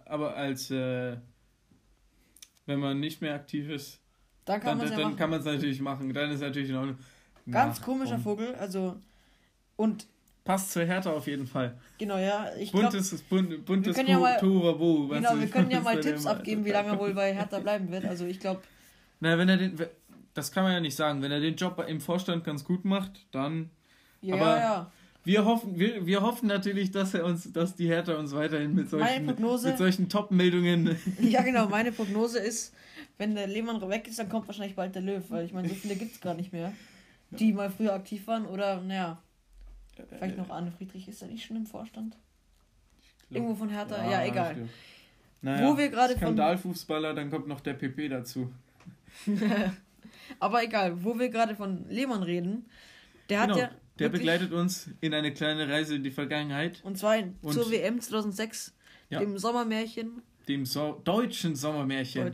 wenn man nicht mehr aktiv ist, dann kann man es natürlich machen. Dann ist natürlich noch ganz komischer Vogel, also und passt zur Hertha auf jeden Fall. Genau, ja. Buntes Tohuwabohu. Genau, wir können ja mal Tipps abgeben, wie lange er wohl bei Hertha bleiben wird. Also ich glaube... Naja, das kann man ja nicht sagen. Wenn er den Job im Vorstand ganz gut macht, dann... Ja. Wir hoffen natürlich, dass die Hertha uns weiterhin mit solchen Top-Meldungen... Ja, genau. Meine Prognose ist, wenn der Lehmann weg ist, dann kommt wahrscheinlich bald der Löw. Weil ich meine, so viele gibt es gar nicht mehr, die mal früher aktiv waren. Oder, vielleicht noch Arne Friedrich, ist er nicht schon im Vorstand? Irgendwo von Hertha? Ja, egal. Naja, wo wir gerade Skandalfußballer, dann kommt noch der PP dazu. Aber egal, wo wir gerade von Lehmann reden, der begleitet uns in eine kleine Reise in die Vergangenheit. Und zwar zur WM 2006, dem Sommermärchen. Dem deutschen Sommermärchen.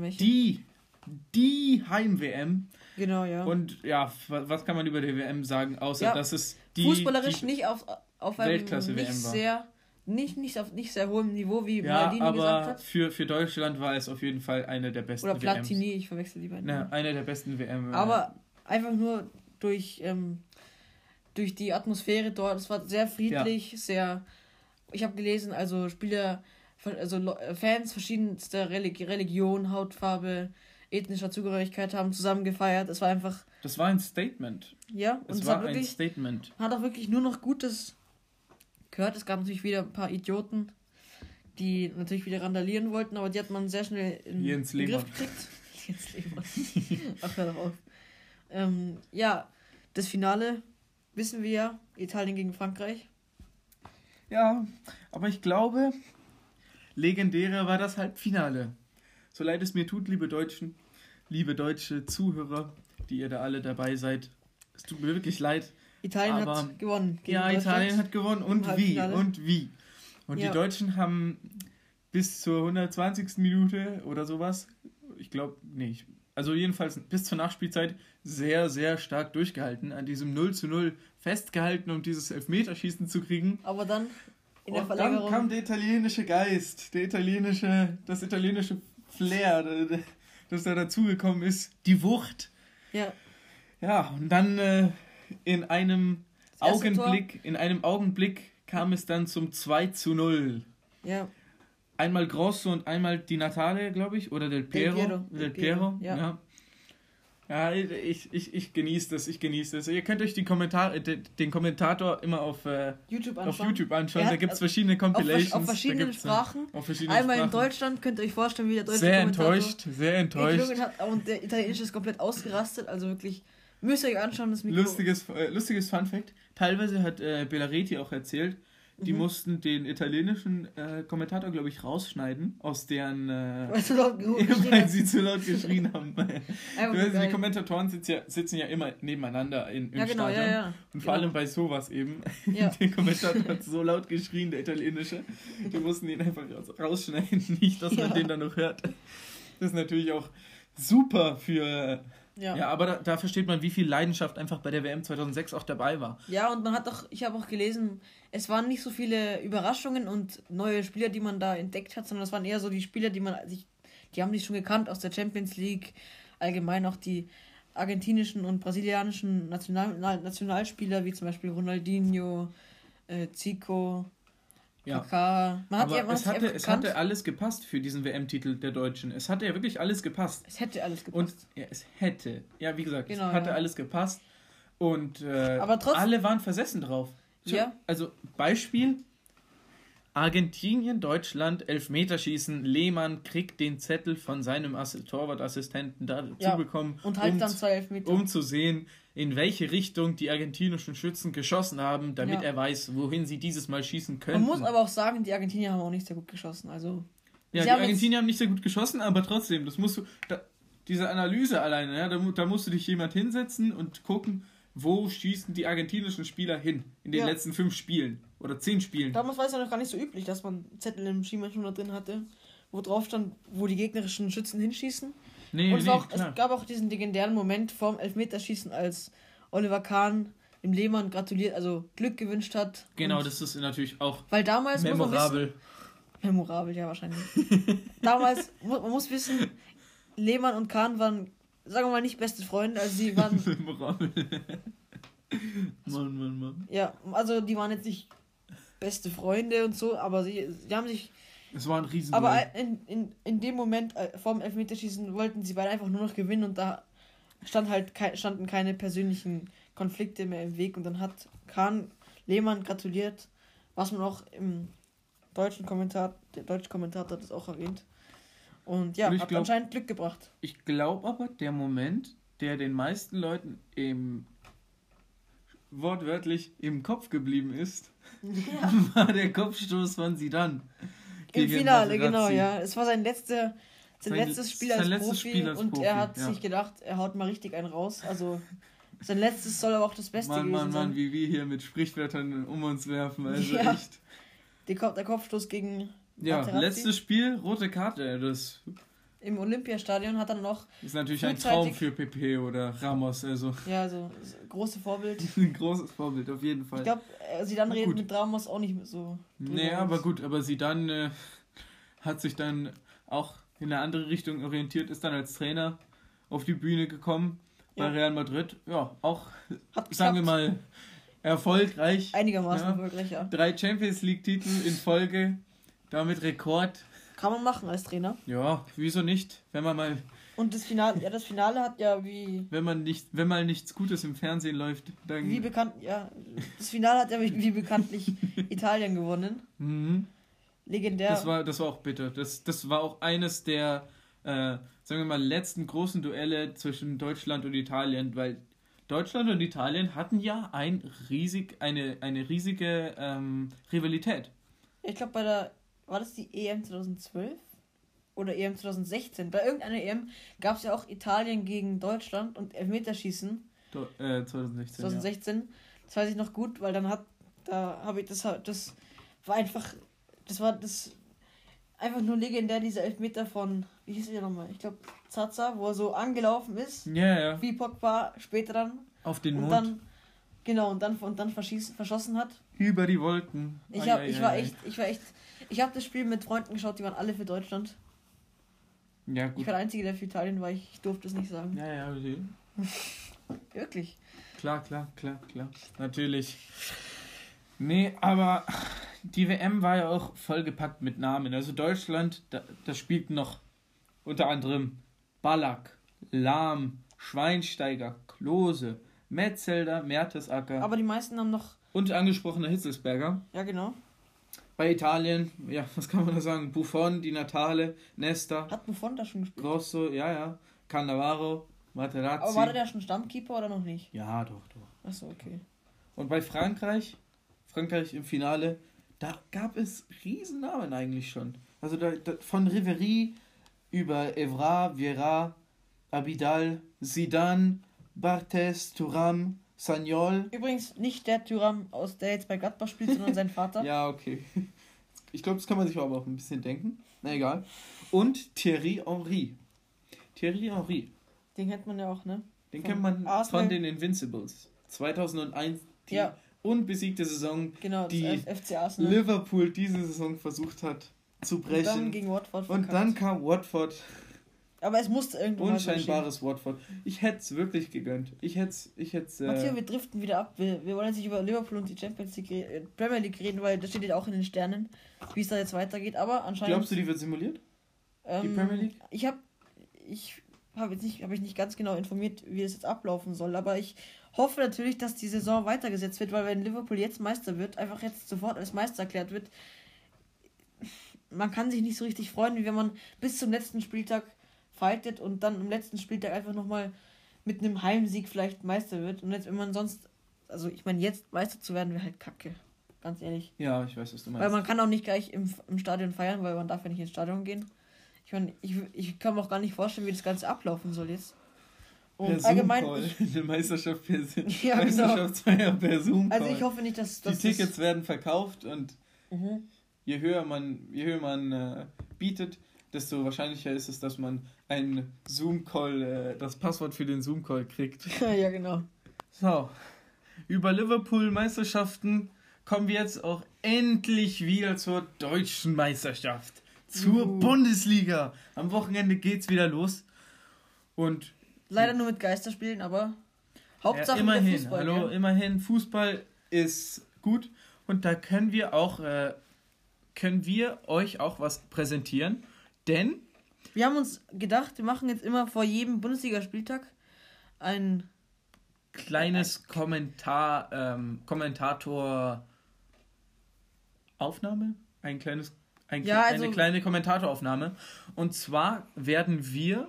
Die Heim-WM. Genau, ja. Und ja, was kann man über die WM sagen, außer dass es fußballerisch nicht auf einem nicht sehr hohem Niveau, wie Maldini gesagt hat. Für Deutschland war es auf jeden Fall eine der besten WMs. Oder Platini, WMs. Ich verwechsel die beiden. Eine der besten WM. Aber einfach nur durch die Atmosphäre dort, es war sehr friedlich, ich habe gelesen, also Fans verschiedenster Religion, Hautfarbe, ethnischer Zugehörigkeit haben zusammen gefeiert. Es war einfach... Das war ein Statement. Ja, und es war wirklich, ein Statement. Hat auch wirklich nur noch Gutes gehört. Es gab natürlich wieder ein paar Idioten, die natürlich wieder randalieren wollten, aber die hat man sehr schnell in den Griff gekriegt. Jens Lehmann. Ach, hör doch auf. Das Finale wissen wir ja, Italien gegen Frankreich. Ja, aber ich glaube, legendärer war das Halbfinale. So leid es mir tut, liebe deutsche Zuhörer, die ihr da alle dabei seid. Es tut mir wirklich leid. Italien hat gewonnen. Italien hat gewonnen. Und wie. Und die Deutschen haben bis zur 120. Minute oder sowas, ich glaube, also jedenfalls bis zur Nachspielzeit sehr, sehr stark durchgehalten, an diesem 0:0 festgehalten, um dieses Elfmeterschießen zu kriegen. Aber dann in der Verlängerung... Dann kam der italienische Geist, das italienische Flair, das da dazugekommen ist, die Wucht. Ja. Ja, und dann in einem Augenblick kam es dann zum 2:0. Ja. Einmal Grosso und einmal Di Natale, glaube ich, oder Del Piero. Del Piero, ja. Ja, ich genieße das, Ihr könnt euch den Kommentator immer auf YouTube anschauen. Da gibt es verschiedene Compilations. Auf verschiedenen Sprachen. Einmal in Deutschland, könnt ihr euch vorstellen, wie der deutsche Kommentator... Sehr enttäuscht. Und der italienische ist komplett ausgerastet, also wirklich... Müsst ihr euch anschauen, das Mikro... Lustiges Funfact. Teilweise hat Bellaretti auch erzählt, die mussten den italienischen Kommentator, glaube ich, rausschneiden, aus deren... weil sie zu laut geschrien haben. Die Kommentatoren sitzen ja immer nebeneinander im Stadion. Ja. Und vor allem bei sowas eben. Ja. Der Kommentator hat so laut geschrien, der italienische. Die mussten ihn einfach rausschneiden, nicht, dass man den dann noch hört. Das ist natürlich auch super für Ja, aber da versteht man, wie viel Leidenschaft einfach bei der WM 2006 auch dabei war. Ja, und ich habe auch gelesen, es waren nicht so viele Überraschungen und neue Spieler, die man da entdeckt hat, sondern es waren eher so die Spieler, die haben sich schon gekannt aus der Champions League, allgemein auch die argentinischen und brasilianischen Nationalspieler, wie zum Beispiel Ronaldinho, Zico, Kaká. Es hatte alles gepasst für diesen WM-Titel der Deutschen. Es hatte ja wirklich alles gepasst. Es hätte alles gepasst. Und es hätte. Ja, wie gesagt, genau, es hatte alles gepasst. Und alle waren versessen drauf. Ja. Also Beispiel: Argentinien, Deutschland, Elfmeterschießen. Lehmann kriegt den Zettel von seinem Torwartassistenten dazu bekommen, und halt dann 2 Elfmeter. Um zu sehen, in welche Richtung die argentinischen Schützen geschossen haben, damit er weiß, wohin sie dieses Mal schießen können. Man muss aber auch sagen, die Argentinier haben auch nicht sehr gut geschossen. Also, ja, die Argentinier haben nicht sehr gut geschossen, aber trotzdem, das musst du, diese Analyse alleine, ja, da musst du dich jemand hinsetzen und gucken, wo schießen die argentinischen Spieler hin in den letzten 5 Spielen oder 10 Spielen. Damals war es ja noch gar nicht so üblich, dass man Zettel im Skimannschaft drin hatte, wo drauf stand, wo die gegnerischen Schützen hinschießen. Und es gab auch diesen legendären Moment vorm Elfmeterschießen, als Oliver Kahn dem Lehmann gratuliert, also Glück gewünscht hat. Genau, das ist natürlich auch weil damals memorabel. Memorabel, ja, wahrscheinlich. Damals, man muss wissen, Lehmann und Kahn waren, sagen wir mal, nicht beste Freunde, also sie waren... Memorabel. Mann. Ja, also die waren jetzt nicht beste Freunde und so, aber sie haben sich... Es war ein Riesen. Aber in dem Moment, vorm Elfmeterschießen, wollten sie beide einfach nur noch gewinnen und da standen keine persönlichen Konflikte mehr im Weg und dann hat Kahn Lehmann gratuliert, was man auch im der deutsche Kommentator hat das auch erwähnt. Und ja, hat anscheinend Glück gebracht. Ich glaube aber, der Moment, der den meisten Leuten wortwörtlich im Kopf geblieben ist, war der Kopfstoß von Zidane. Im Finale, genau, ja. Es war sein letztes Spiel als Profi und er hat sich gedacht, er haut mal richtig einen raus. Also sein letztes soll aber auch das Beste gewesen sein. Mann, wie wir hier mit Sprichwörtern um uns werfen. Also echt. Der Kopfstoß gegen Materazzi. Letztes Spiel, rote Karte. Im Olympiastadion hat er noch... Ist natürlich ein Traum für Pepe oder Ramos. Also. Ja, also großes Vorbild. Ein großes Vorbild, auf jeden Fall. Ich glaube, Zidane redet mit Ramos auch nicht so... Nee, aber gut, aber Zidane hat sich dann auch in eine andere Richtung orientiert, ist dann als Trainer auf die Bühne gekommen bei Real Madrid. Ja, auch, sagen wir mal, erfolgreich. Einigermaßen erfolgreich, ja. 3 Champions League-Titel in Folge, damit Rekord. Kann man machen als Trainer. Ja, wieso nicht, wenn man mal... Und das Finale hat ja wie... Wenn mal nichts Gutes im Fernsehen läuft, dann... Das Finale hat ja wie bekanntlich Italien gewonnen. Mhm. Legendär. Das war auch bitter. Das war auch eines der, sagen wir mal, letzten großen Duelle zwischen Deutschland und Italien, weil Deutschland und Italien hatten ja eine riesige Rivalität. Ich glaube, war das die EM 2012? Oder EM 2016? Bei irgendeiner EM gab es ja auch Italien gegen Deutschland und Elfmeterschießen. 2016. Ja. Das weiß ich noch gut, weil das war einfach nur legendär, dieser Elfmeter von, wie hieß der nochmal? Ich glaube, Zaza, wo er so angelaufen ist. Ja. Wie Pogba später dann. Auf den Mond. Und dann verschossen hat. Über die Wolken. Ich habe das Spiel mit Freunden geschaut, die waren alle für Deutschland. Ja, gut. Ich war der Einzige, der für Italien war. Ich durfte es nicht sagen. Ja. Wirklich. Klar. Natürlich. Nee, aber die WM war ja auch vollgepackt mit Namen. Also Deutschland, da spielten noch unter anderem Ballack, Lahm, Schweinsteiger, Klose, Metzelder, Mertesacker. Aber die meisten haben noch... Und angesprochener Hitzelsberger. Ja, genau. Bei Italien, ja, was kann man da sagen? Buffon, Di Natale, Nesta. Hat Buffon da schon gespielt? Grosso, ja. Cannavaro, Materazzi. Aber war der schon Stammkeeper oder noch nicht? Ja, doch. Achso, okay. Und bei Frankreich im Finale, da gab es Riesennamen eigentlich schon. Also von Ribéry über Evra, Vieira, Abidal, Zidane, Barthez, Thuram, Sagnol. Übrigens nicht der Thuram, der jetzt bei Gladbach spielt, sondern sein Vater. Ja, okay. Ich glaube, das kann man sich aber auch ein bisschen denken. Na egal. Und Thierry Henry. Den kennt man ja auch, ne? Den kennt man von den Invincibles. 2001, die unbesiegte Saison, genau, die FC Arsenal. Liverpool diese Saison versucht hat zu brechen. Und dann gegen Watford verkackt. Und dann kam Watford. Aber es musste irgendwann unscheinbares Watford. Ich hätte es wirklich gegönnt. Matthias, wir driften wieder ab. Wir wollen jetzt nicht über Liverpool und die Champions League, Premier League reden, weil das steht ja auch in den Sternen, wie es da jetzt weitergeht. Aber anscheinend... Glaubst du, die wird simuliert? Die Premier League? Ich habe mich nicht ganz genau informiert, wie es jetzt ablaufen soll, aber ich hoffe natürlich, dass die Saison weitergesetzt wird, weil wenn Liverpool jetzt Meister wird, einfach jetzt sofort als Meister erklärt wird, man kann sich nicht so richtig freuen, wie wenn man bis zum letzten Spieltag fightet und dann am letzten Spieltag einfach nochmal mit einem Heimsieg vielleicht Meister wird. Und jetzt, wenn man sonst, also ich meine, jetzt Meister zu werden, wäre halt kacke. Ganz ehrlich. Ja, ich weiß, was du meinst. Weil man kann auch nicht gleich im Stadion feiern, weil man darf ja nicht ins Stadion gehen. Ich meine, ich kann mir auch gar nicht vorstellen, wie das Ganze ablaufen soll jetzt. Und allgemein... Eine Meisterschaft per Meisterschaftsfeier per Zoom. Also ich hoffe nicht, dass die Tickets werden verkauft und je höher man bietet, desto wahrscheinlicher ist es, dass man einen Zoom-Call, das Passwort für den Zoom-Call kriegt. Ja, genau. So, über Liverpool-Meisterschaften kommen wir jetzt auch endlich wieder zur deutschen Meisterschaft. Zur Bundesliga. Am Wochenende geht's wieder los. Und leider nur mit Geisterspielen, aber Hauptsache immerhin, Fußball. Hallo, ja? Immerhin, Fußball ist gut. Und da können wir euch auch was präsentieren. Denn wir haben uns gedacht, wir machen jetzt immer vor jedem Bundesligaspieltag ein kleines Kommentatoraufnahme? Eine kleine Kommentatoraufnahme. Und zwar werden wir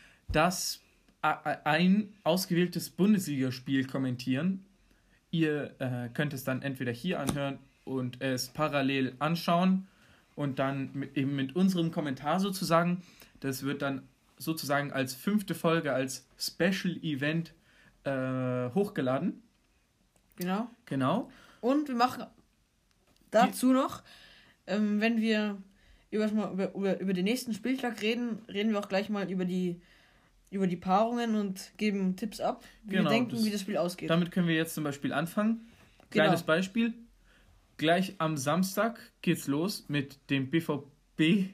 ein ausgewähltes Bundesligaspiel kommentieren. Ihr könnt es dann entweder hier anhören und es parallel anschauen und dann mit unserem Kommentar sozusagen. Das wird dann sozusagen als 5. Folge, als Special Event hochgeladen. Genau. Und wir machen dazu noch, wenn wir über den nächsten Spieltag reden wir auch gleich mal über die Paarungen und geben Tipps ab, wie wir denken, wie das Spiel ausgeht. Damit können wir jetzt zum Beispiel anfangen. Kleines Beispiel. Gleich am Samstag geht's los mit dem BVB.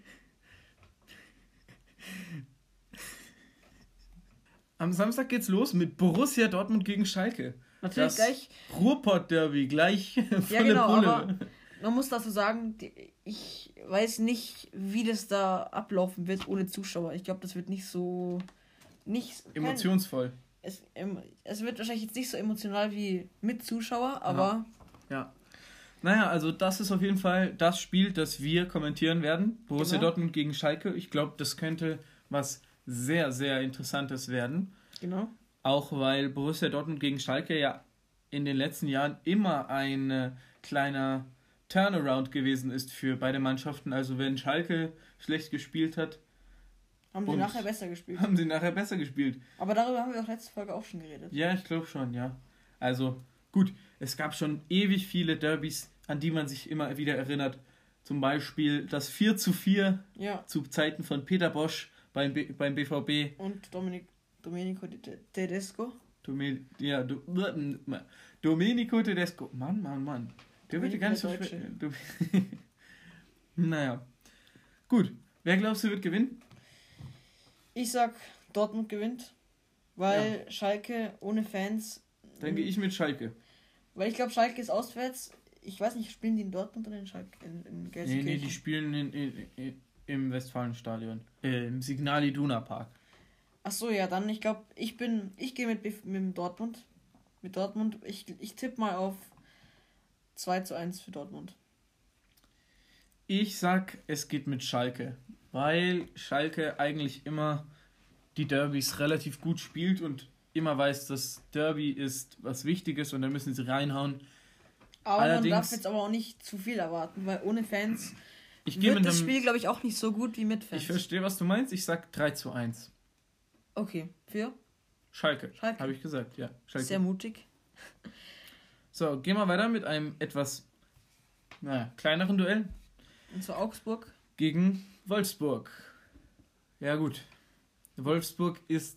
Am Samstag geht's los mit Borussia Dortmund gegen Schalke. Natürlich das gleich. Ruhrpott-Derby, gleich volle ja, genau, Pulle. Aber man muss dazu sagen, ich weiß nicht, wie das da ablaufen wird ohne Zuschauer. Ich glaube, das wird nicht so... emotionsvoll. Es wird wahrscheinlich jetzt nicht so emotional wie mit Zuschauer, aber... Ja. Naja, also das ist auf jeden Fall das Spiel, das wir kommentieren werden. Borussia Dortmund gegen Schalke. Ich glaube, das könnte was sehr, sehr Interessantes werden. Genau. Auch weil Borussia Dortmund gegen Schalke ja in den letzten Jahren immer ein kleiner Turnaround gewesen ist für beide Mannschaften. Also wenn Schalke schlecht gespielt hat, haben sie nachher besser gespielt. Aber darüber haben wir auch letzte Folge auch schon geredet. Ja, ich glaube schon, ja. Also gut, es gab schon ewig viele Derbys, an die man sich immer wieder erinnert. Zum Beispiel das 4:4 zu Zeiten von Peter Bosch beim BVB. Und Domenico Tedesco. Domenico Tedesco. Mann. Der wird gar nicht so schwer. Naja. Gut. Wer glaubst du wird gewinnen? Ich sag, Dortmund gewinnt. Weil Schalke ohne Fans... Dann gehe ich mit Schalke. Weil ich glaube, Schalke ist auswärts. Ich weiß nicht, spielen die in Dortmund oder in Schalke? In Gelsenkirchen? Nee, die spielen im Westfalenstadion. Im Signal Iduna Park. Ach so, ja, dann, ich glaube, ich gehe mit Dortmund. Mit Dortmund. Ich tippe mal auf 2:1 für Dortmund. Ich sag, es geht mit Schalke. Weil Schalke eigentlich immer die Derbys relativ gut spielt und immer weiß, dass Derby ist was Wichtiges und da müssen sie reinhauen. Aber man darf jetzt aber auch nicht zu viel erwarten, weil ohne Fans wird das Spiel, glaube ich, auch nicht so gut wie mit Fans. Ich verstehe, was du meinst. Ich sag 3:1. Okay, für? Schalke. Habe ich gesagt, ja. Schalke. Sehr mutig. So, gehen wir weiter mit einem etwas kleineren Duell. Und zwar Augsburg. Gegen Wolfsburg. Ja gut. Wolfsburg ist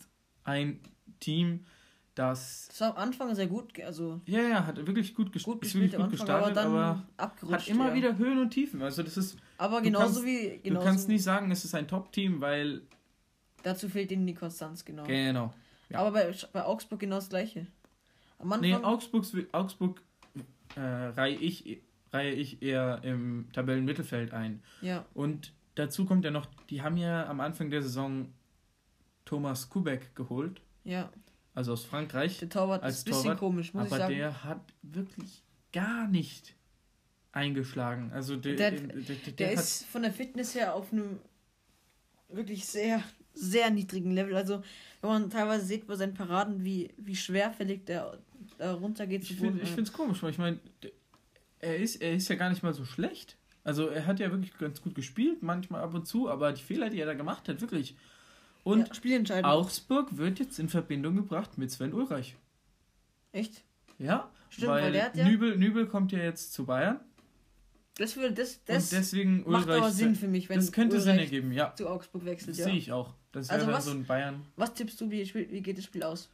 ein Team, das war am Anfang sehr gut, also... Ja, hat wirklich gut gespielt, am Anfang, gestartet, aber hat immer wieder Höhen und Tiefen. Also das ist... Aber du kannst nicht sagen, es ist ein Top-Team, weil... Dazu fehlt ihnen die Konstanz, genau. Genau. Ja. Aber bei Augsburg genau das Gleiche. Am Anfang... Augsburg reihe ich eher im Tabellenmittelfeld ein. Ja. Und dazu kommt ja noch, die haben ja am Anfang der Saison Thomas Kubek geholt. Ja. Also aus Frankreich. Der Torwart ist ein bisschen komisch, muss ich sagen. Aber der hat wirklich gar nicht eingeschlagen. Also der ist von der Fitness her auf einem wirklich sehr, sehr niedrigen Level. Also wenn man teilweise sieht bei seinen Paraden, wie schwerfällig der da runtergeht. Ich finde es komisch, weil ich meine, er ist ja gar nicht mal so schlecht. Also er hat ja wirklich ganz gut gespielt, manchmal ab und zu, aber die Fehler, die er da gemacht hat, wirklich... Und Augsburg wird jetzt in Verbindung gebracht mit Sven Ulreich. Echt? Ja, stimmt, weil der hat ja... Nübel kommt ja jetzt zu Bayern. Das und deswegen macht Ulreich, aber Sinn für mich, wenn das könnte Ulreich Sinn ergeben, ja. zu Augsburg wechselt. Das sehe ich auch. Das wäre dann so ein Bayern... Was tippst du, wie geht das Spiel aus?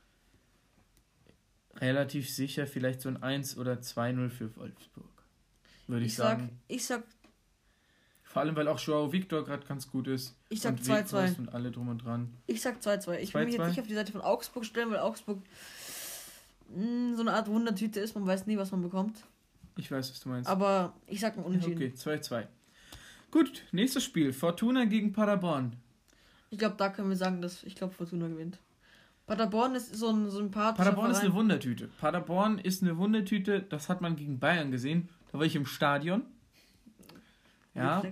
Relativ sicher, vielleicht so ein 1 oder 2-0 für Wolfsburg. Würde ich sagen. Ich sag... Vor allem, weil auch Joao Victor gerade ganz gut ist. Ich sag 2-2. Und alle drum und dran. Ich sag 2-2. Ich will mich jetzt nicht auf die Seite von Augsburg stellen, weil Augsburg so eine Art Wundertüte ist. Man weiß nie, was man bekommt. Ich weiß, was du meinst. Aber ich sag ein Unentschieden. Okay, 2-2. Gut, nächstes Spiel. Fortuna gegen Paderborn. Ich glaube, da können wir sagen, dass Fortuna gewinnt. Paderborn ist so ein sympathischer Paderborn ist eine Wundertüte. Paderborn ist eine Wundertüte. Das hat man gegen Bayern gesehen. Da war ich im Stadion. Ja.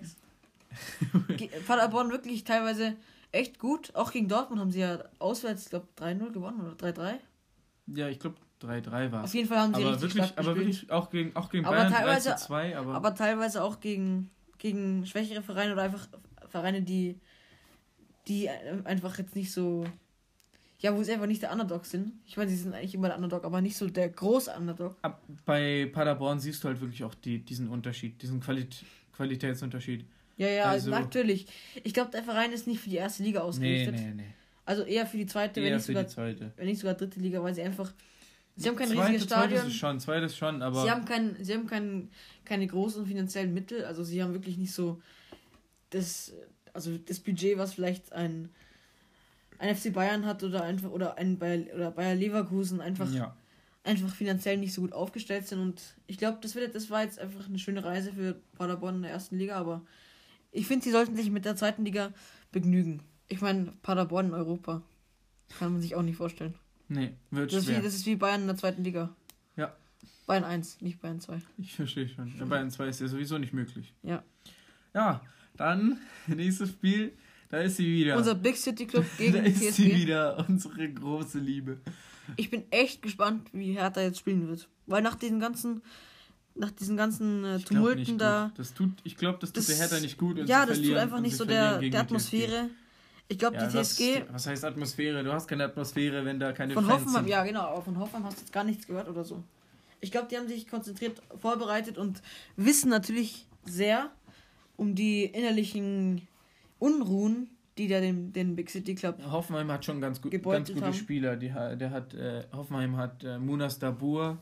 Paderborn wirklich teilweise echt gut. Auch gegen Dortmund haben sie ja auswärts, ich glaube, 3-0 gewonnen oder 3-3. Ja, ich glaube 3-3 war es. Auf jeden Fall haben sie richtig stark aber wirklich auch gegen Bayern 3-2. Aber teilweise auch gegen schwächere Vereine oder einfach Vereine, die einfach jetzt nicht so... Ja, wo sie einfach nicht der Underdog sind. Ich meine, sie sind eigentlich immer der Underdog, aber nicht so der große Underdog. Bei Paderborn siehst du halt wirklich auch diesen Unterschied, diesen Qualitätsunterschied. Ja, also natürlich. Ich glaube, der Verein ist nicht für die erste Liga ausgerichtet. Nee. Also eher für die zweite, wenn nicht sogar dritte Liga, weil sie einfach... Sie haben kein riesiges Stadion. Zweites schon, aber... Sie haben keine großen finanziellen Mittel. Also sie haben wirklich nicht so das Budget, was vielleicht ein FC Bayern hat oder Bayer Leverkusen einfach finanziell nicht so gut aufgestellt sind. Und ich glaube, das war jetzt einfach eine schöne Reise für Paderborn in der ersten Liga, aber ich finde, sie sollten sich mit der zweiten Liga begnügen. Ich meine, Paderborn in Europa kann man sich auch nicht vorstellen. Nee, wird schwer. Das ist wie Bayern in der zweiten Liga. Ja. Bayern 1, nicht Bayern 2. Ich verstehe schon. Ja, Bayern 2 ist ja sowieso nicht möglich. Ja. Ja, dann nächstes Spiel. Da ist sie wieder. Unser Big City Club gegen da TSG. ist sie wieder, unsere große Liebe. Ich bin echt gespannt, wie Hertha jetzt spielen wird. Weil nach diesen ganzen Tumulten da... Ich glaube, das tut der Hertha nicht gut. Ja, das tut einfach nicht so der Atmosphäre. Ich glaube, die TSG... Was heißt Atmosphäre? Du hast keine Atmosphäre, wenn da keine Fans sind. Hoffenheim, ja genau, aber von Hoffenheim hast du jetzt gar nichts gehört oder so. Ich glaube, die haben sich konzentriert vorbereitet und wissen natürlich sehr um die innerlichen Unruhen, die da den Big City Club Hoffenheim hat schon ganz gute haben. Spieler. Hoffenheim hat Munas Dabur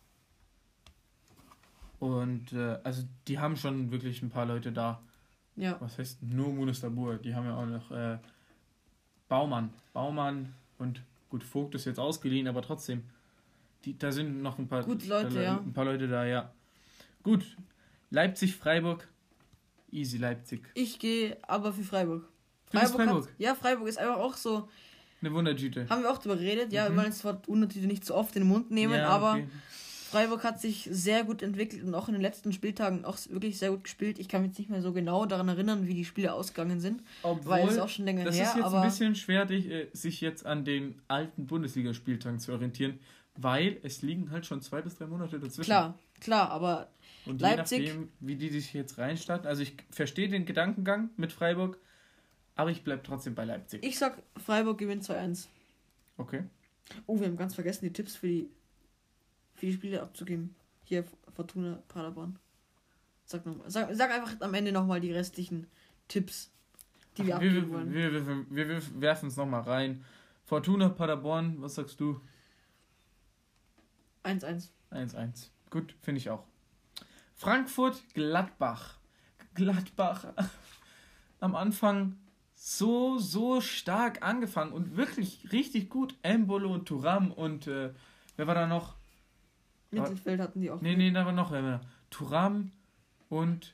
und also die haben schon wirklich ein paar Leute da. Ja. Was heißt nur Munas Dabur? Die haben ja auch noch Baumann und gut, Vogt ist jetzt ausgeliehen, aber trotzdem da sind noch ein paar Leute da, ja. Gut, Leipzig-Freiburg. Easy Leipzig. Ich gehe aber für Freiburg. Freiburg? Freiburg ist einfach auch so... Eine Wundertüte. Haben wir auch drüber geredet. Ja, wir wollen das Wort Wundertüte nicht zu oft in den Mund nehmen, aber okay. Freiburg hat sich sehr gut entwickelt und auch in den letzten Spieltagen auch wirklich sehr gut gespielt. Ich kann mich jetzt nicht mehr so genau daran erinnern, wie die Spiele ausgegangen sind. Weil es auch schon länger her. Das ist jetzt ein bisschen schwer, sich jetzt an den alten Bundesligaspieltagen zu orientieren, weil es liegen halt schon 2 bis 3 Monate dazwischen. Klar, aber und Leipzig... je nachdem, wie die sich jetzt reinstarten, also ich verstehe den Gedankengang mit Freiburg, aber ich bleibe trotzdem bei Leipzig. Ich sag, Freiburg gewinnt 2-1. Okay. Oh, wir haben ganz vergessen, die Tipps für die Spiele abzugeben. Hier, Fortuna, Paderborn. Sag einfach am Ende nochmal die restlichen Tipps, die wir abgeben wollen. Wir werfen es nochmal rein. Fortuna Paderborn, was sagst du? 1-1. 1-1. Gut, finde ich auch. Frankfurt Gladbach. Gladbach am Anfang so stark angefangen und wirklich richtig gut. Embolo und Thuram und wer war da noch? Mittelfeld hatten die auch. Nee, da war noch Thuram und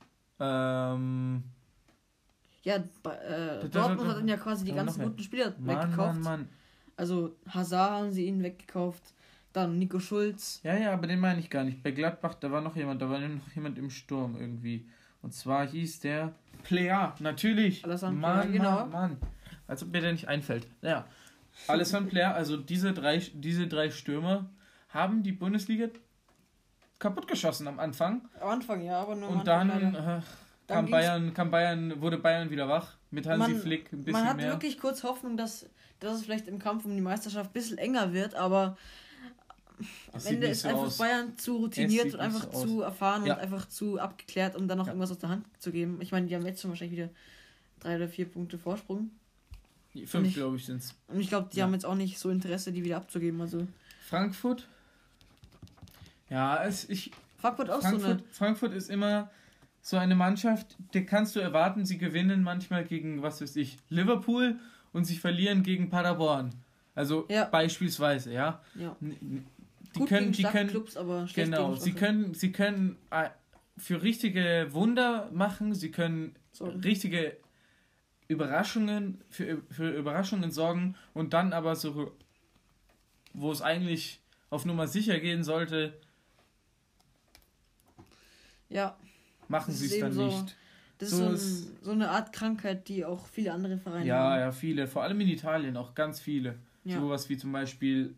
Dortmund hat ja quasi die ganzen guten Spieler weggekauft. Mann. Also Hazard haben sie ihnen weggekauft. Dann Nico Schulz. Ja, aber den meine ich gar nicht. Bei Gladbach, da war noch jemand im Sturm irgendwie. Und zwar hieß der Plea, natürlich. Mann. Als ob mir der nicht einfällt. Ja. Alessandro Plea, also diese drei Stürmer haben die Bundesliga kaputt geschossen am Anfang. Am Anfang, ja, aber nur und dann wurde Bayern wieder wach mit Hansi Flick ein bisschen mehr. Man hat wirklich kurz Hoffnung, dass es vielleicht im Kampf um die Meisterschaft ein bisschen enger wird, aber am Ende ist einfach Bayern zu routiniert und einfach zu erfahren und einfach zu abgeklärt, um dann noch irgendwas aus der Hand zu geben. Ich meine, die haben jetzt schon wahrscheinlich wieder 3 oder 4 Punkte Vorsprung. 5, glaube ich, sind es. Und ich glaube, die haben jetzt auch nicht so Interesse, die wieder abzugeben. Also Frankfurt? Ja, Frankfurt ist immer so eine Mannschaft, die kannst du erwarten, sie gewinnen manchmal gegen, was weiß ich, Liverpool und sie verlieren gegen Paderborn. Also beispielsweise, ja. Die können Clubs, aber schlecht gegen Schwache. Sie können für richtige Wunder machen, sie können richtige Überraschungen für Überraschungen sorgen und dann aber so, wo es eigentlich auf Nummer sicher gehen sollte, machen sie es dann nicht. Das ist so eine Art Krankheit, die auch viele andere Vereine haben. Ja, viele. Vor allem in Italien auch ganz viele. Ja. Sowas wie zum Beispiel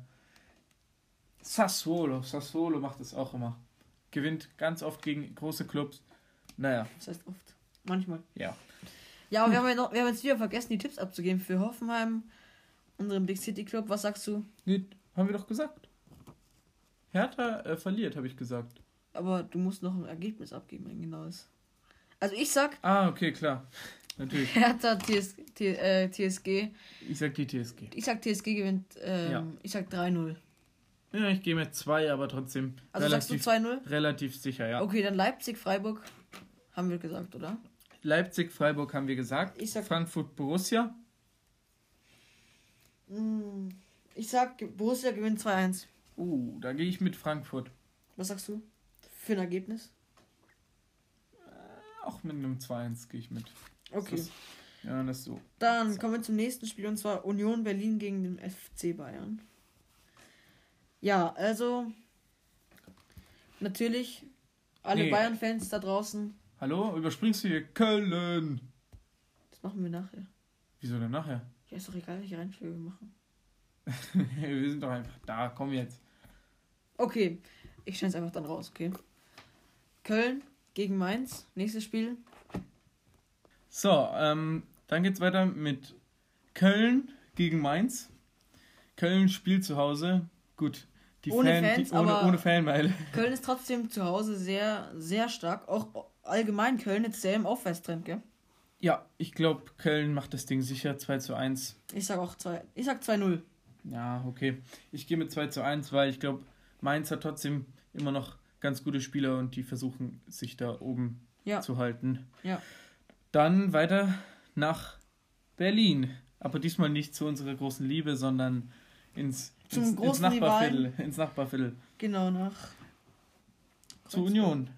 Sassuolo. Sassuolo macht das auch immer. Gewinnt ganz oft gegen große Clubs. Naja. Das heißt oft. Manchmal. Ja. Ja, aber wir haben jetzt wieder vergessen, die Tipps abzugeben für Hoffenheim, unseren Big City Club. Was sagst du? Nee, haben wir doch gesagt. Hertha verliert, habe ich gesagt. Aber du musst noch ein Ergebnis abgeben, ein genaues. Also ich sag... okay, klar. Natürlich. Hertha, TSG. Ich sag die TSG. Ich sag TSG gewinnt, ich sag 3-0. Ja, ich gehe mit 2, aber trotzdem... Also sagst du 2-0? Relativ sicher, ja. Okay, dann Leipzig-Freiburg haben wir gesagt, oder? Leipzig-Freiburg haben wir gesagt. Ich sag Frankfurt-Borussia. Ich sag Borussia gewinnt 2-1. Da gehe ich mit Frankfurt. Was sagst du? Für ein Ergebnis? Auch mit einem 2-1 gehe ich mit. Okay. Das ist so. Dann kommen wir zum nächsten Spiel und zwar Union Berlin gegen den FC Bayern. Ja, also natürlich alle Bayern-Fans da draußen. Hallo? Überspringst du hier Köln? Das machen wir nachher. Wieso denn nachher? Ja, ist doch egal, welche Reihenfolge wir machen. Wir sind doch einfach da. Komm jetzt. Okay, ich stelle es einfach dann raus, okay? Köln gegen Mainz, nächstes Spiel. So, dann geht's weiter mit Köln gegen Mainz. Köln spielt zu Hause. Gut, ohne Fanmeile. Köln ist trotzdem zu Hause sehr, sehr stark. Auch allgemein Köln jetzt sehr im Aufwärtstrend, gell? Ja, ich glaube, Köln macht das Ding sicher 2-1. Ich sag 2-0. Ja, okay. Ich gehe mit 2-1, weil ich glaube, Mainz hat trotzdem immer noch ganz gute Spieler und die versuchen, sich da oben zu halten. Ja. Dann weiter nach Berlin. Aber diesmal nicht zu unserer großen Liebe, sondern ins Nachbarviertel. Genau, zu Union.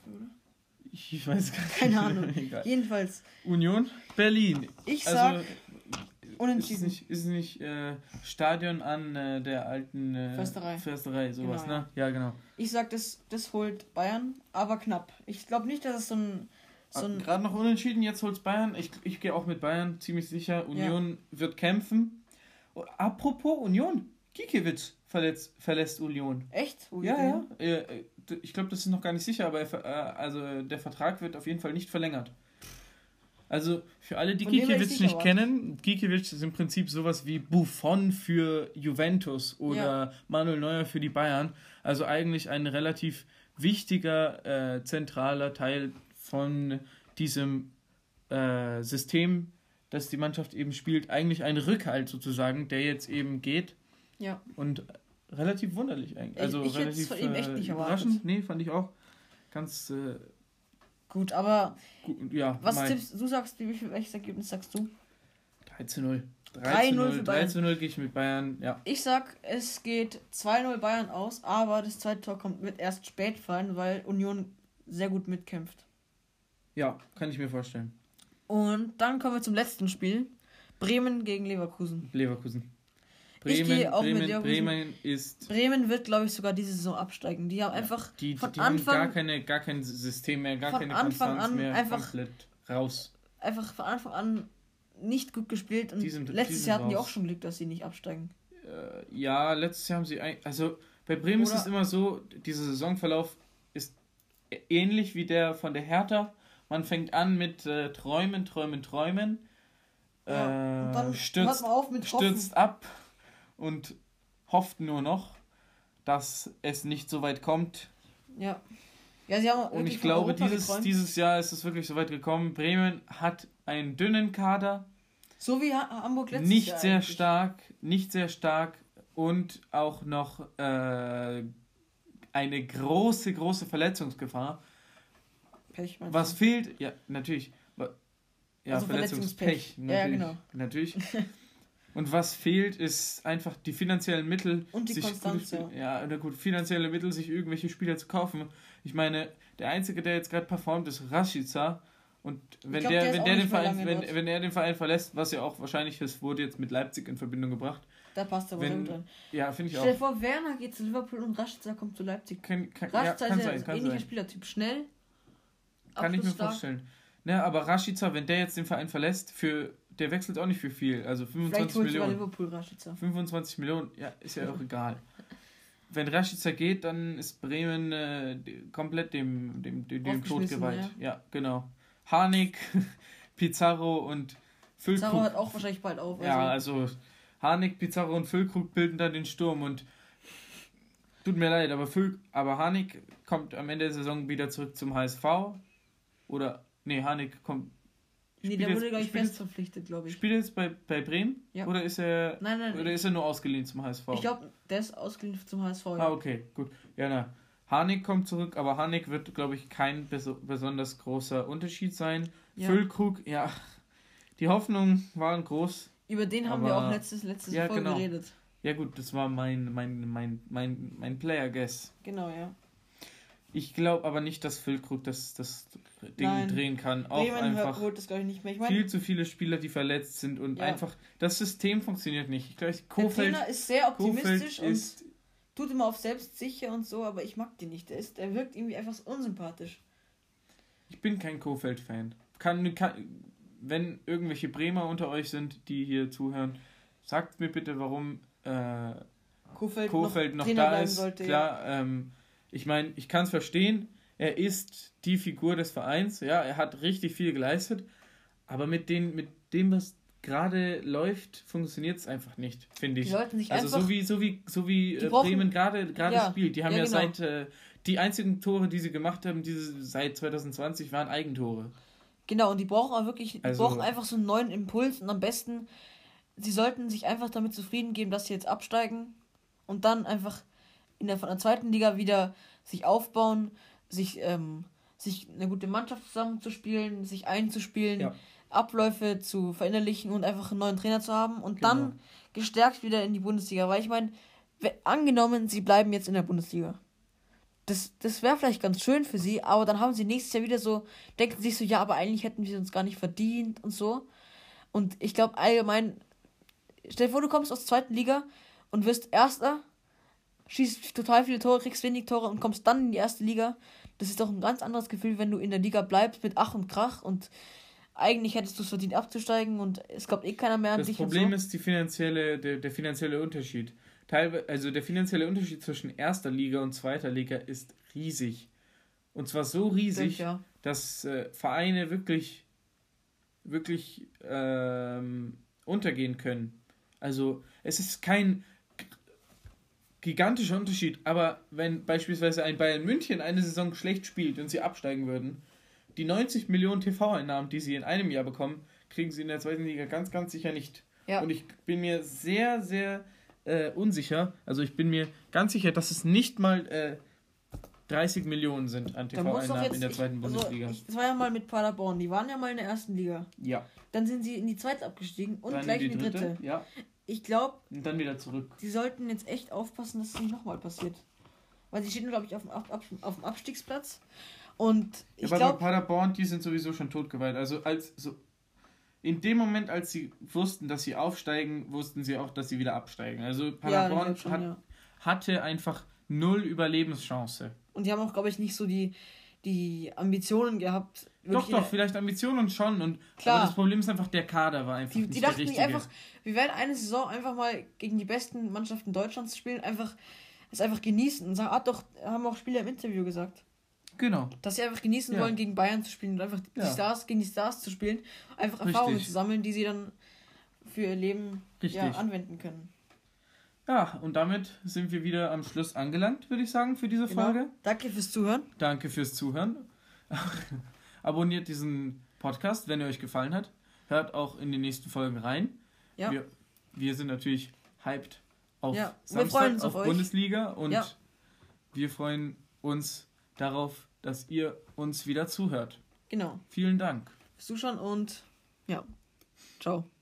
Ich weiß gar nicht. Keine Ahnung. Jedenfalls. Union Berlin. Ich sag unentschieden. Ist es nicht Stadion an der alten Försterei, sowas, genau, ne? Ja, genau. Ich sag, das holt Bayern, aber knapp. Ich glaube nicht, dass es so ein gerade noch unentschieden, jetzt holt's Bayern. Ich gehe auch mit Bayern, ziemlich sicher. Union wird kämpfen. Apropos Union, Gikiewicz verlässt Union. Echt? Ja. Ich glaube, das ist noch gar nicht sicher, aber der Vertrag wird auf jeden Fall nicht verlängert. Also für alle, die Gikiewicz nicht kennen, Gikiewicz ist im Prinzip sowas wie Buffon für Juventus oder Manuel Neuer für die Bayern. Also eigentlich ein relativ wichtiger, zentraler Teil von diesem System, dass die Mannschaft eben spielt, eigentlich ein Rückhalt sozusagen, der jetzt eben geht. Ja. Und relativ wunderlich eigentlich. Also ich relativ von ihm echt nicht überraschend. Nee, fand ich auch. Ganz gut, aber gut, ja, was tippst du? Sagst du, welches Ergebnis sagst du? 3:0. 3:0 gehe ich mit Bayern, ja. Ich sag, es geht 2:0 Bayern aus, aber das zweite Tor wird erst spät fallen, weil Union sehr gut mitkämpft. Ja, kann ich mir vorstellen. Und dann kommen wir zum letzten Spiel. Bremen gegen Leverkusen. Ich gehe auch mit Leverkusen. Bremen wird, glaube ich, sogar diese Saison absteigen. Die haben einfach die haben gar kein System mehr, gar keine Konstanz mehr, einfach komplett raus. Einfach von Anfang an nicht gut gespielt und letztes Jahr hatten die auch schon Glück, dass sie nicht absteigen. Ja, letztes Jahr haben sie... Also bei Bremen ist es immer so, dieser Saisonverlauf ist ähnlich wie der von der Hertha. Man fängt an mit Träumen. Ja, und dann stürzt ab und hofft nur noch, dass es nicht so weit kommt. Ja. Ja, sie haben und ich glaube, dieses Jahr ist es wirklich so weit gekommen. Bremen hat einen dünnen Kader. So wie Hamburg letztes Jahr. Nicht sehr stark und auch noch eine große Verletzungsgefahr. Pech, meinst was du? fehlt? Ja, natürlich. Ja, also Verletzungspech. Ja, genau. Natürlich. Und was fehlt, ist einfach die finanziellen Mittel. Und die Konstanz, ja. Ja, gut, finanzielle Mittel, sich irgendwelche Spieler zu kaufen. Ich meine, der Einzige, der jetzt gerade performt, ist Rashica. Und wenn er den Verein verlässt, was ja auch wahrscheinlich ist, wurde jetzt mit Leipzig in Verbindung gebracht. Da passt aber so drin. Ja, finde ich auch. Stell dir vor, Werner geht zu Liverpool und Rashica kommt zu Leipzig. Rashica ist ja ein ähnlicher Spielertyp. Schnell. Kann ich mir vorstellen. Ne, aber Rashica, wenn der jetzt den Verein verlässt, der wechselt auch nicht für viel. Also 25 Millionen. Liverpool, Rashica. 25 Millionen, ja, ist ja auch egal. Wenn Rashica geht, dann ist Bremen komplett dem Tod geweiht. Ja, genau. Harnik, Pizarro und Füllkrug. Pizarro hat auch wahrscheinlich bald auf. Ja, also Harnik, Pizarro und Füllkrug bilden da den Sturm und tut mir leid, aber Harnik kommt am Ende der Saison wieder zurück zum HSV. Oder, nee, Harnik kommt... der wurde gleich fest verpflichtet, glaube ich. Spielt er jetzt bei Bremen? Ja. Oder ist er... Nein. Oder ist er nur ausgeliehen zum HSV? Ich glaube, der ist ausgeliehen zum HSV, ja. Ah, okay, gut. Ja, na. Harnik kommt zurück, aber Harnik wird, glaube ich, kein besonders großer Unterschied sein. Ja. Füllkrug, ja, die Hoffnungen waren groß. Über den haben wir auch letztes ja, Folge geredet. Ja gut, das war mein Player-Guess. Genau, ja. Ich glaube aber nicht, dass Füllkrug das Ding drehen kann. Auch Bremen einfach holt das, glaube ich, nicht mehr. Viel zu viele Spieler, die verletzt sind und einfach das System funktioniert nicht. Ich glaube, der Trainer ist sehr optimistisch und tut immer auf selbstsicher und so, aber ich mag den nicht. Der wirkt irgendwie einfach so unsympathisch. Ich bin kein Kohfeldt-Fan. Wenn irgendwelche Bremer unter euch sind, die hier zuhören, sagt mir bitte, warum Kohfeldt noch da ist. Sollte, klar, ja. Ich meine, ich kann es verstehen, er ist die Figur des Vereins, ja, er hat richtig viel geleistet, aber mit dem, was gerade läuft, funktioniert es einfach nicht, finde ich. Die sollten sich also so wie Bremen gerade spielt. Die haben ja genau. Die einzigen Tore, die sie gemacht haben, seit 2020, waren Eigentore. Genau, und die brauchen auch wirklich, brauchen einfach so einen neuen Impuls und am besten, sie sollten sich einfach damit zufrieden geben, dass sie jetzt absteigen und dann einfach von der zweiten Liga wieder sich aufbauen, sich eine gute Mannschaft zusammenzuspielen, sich einzuspielen, Abläufe zu verinnerlichen und einfach einen neuen Trainer zu haben und dann gestärkt wieder in die Bundesliga. Weil ich meine, angenommen, sie bleiben jetzt in der Bundesliga. Das wäre vielleicht ganz schön für sie, aber dann haben sie nächstes Jahr wieder so, denken sich so, ja, aber eigentlich hätten wir es uns gar nicht verdient und so. Und ich glaube allgemein, stell dir vor, du kommst aus der zweiten Liga und wirst Erster, schießt total viele Tore, kriegst wenig Tore und kommst dann in die erste Liga. Das ist doch ein ganz anderes Gefühl, wenn du in der Liga bleibst mit Ach und Krach und eigentlich hättest du es verdient abzusteigen und es glaubt keiner mehr an dich. Das Problem ist der finanzielle Unterschied. Also der finanzielle Unterschied zwischen erster Liga und zweiter Liga ist riesig. Und zwar so riesig, dass Vereine wirklich untergehen können. Also es ist kein gigantischer Unterschied, aber wenn beispielsweise ein Bayern München eine Saison schlecht spielt und sie absteigen würden, die 90 Millionen TV-Einnahmen, die sie in einem Jahr bekommen, kriegen sie in der zweiten Liga ganz, ganz sicher nicht. Ja. Und ich bin mir sehr, sehr unsicher. Also ich bin mir ganz sicher, dass es nicht mal 30 Millionen sind an TV-Einnahmen in der zweiten Bundesliga. Das war ja mal mit Paderborn. Die waren ja mal in der ersten Liga. Ja. Dann sind sie in die zweite abgestiegen und dann gleich in die dritte. Ja. Ich glaube... Und dann wieder zurück. Die sollten jetzt echt aufpassen, dass es nicht nochmal passiert. Weil sie stehen, glaube ich, auf dem Abstiegsplatz. Und ich glaube... bei Paderborn, die sind sowieso schon totgeweiht. Also in dem Moment, als sie wussten, dass sie aufsteigen, wussten sie auch, dass sie wieder absteigen. Also Paderborn hatte einfach 0 Überlebenschance. Und die haben auch, glaube ich, nicht so die Ambitionen gehabt. Doch, vielleicht Ambitionen schon. Aber das Problem ist einfach, der Kader war einfach nicht der richtige. Die dachten einfach, wir werden eine Saison einfach mal gegen die besten Mannschaften Deutschlands spielen, es einfach genießen. Und sagen, haben auch Spieler im Interview gesagt. Genau. Dass sie einfach genießen wollen, gegen Bayern zu spielen und einfach gegen die Stars zu spielen. Einfach Erfahrungen zu sammeln, die sie dann für ihr Leben anwenden können. Ja, und damit sind wir wieder am Schluss angelangt, würde ich sagen, für diese Folge. Danke fürs Zuhören. Danke fürs Zuhören. Abonniert diesen Podcast, wenn er euch gefallen hat. Hört auch in die nächsten Folgen rein. Ja. Wir sind natürlich hyped auf Samstag, auf Bundesliga. Und wir freuen uns darauf, dass ihr uns wieder zuhört. Genau. Vielen Dank. Fürs Zuschauen und ciao.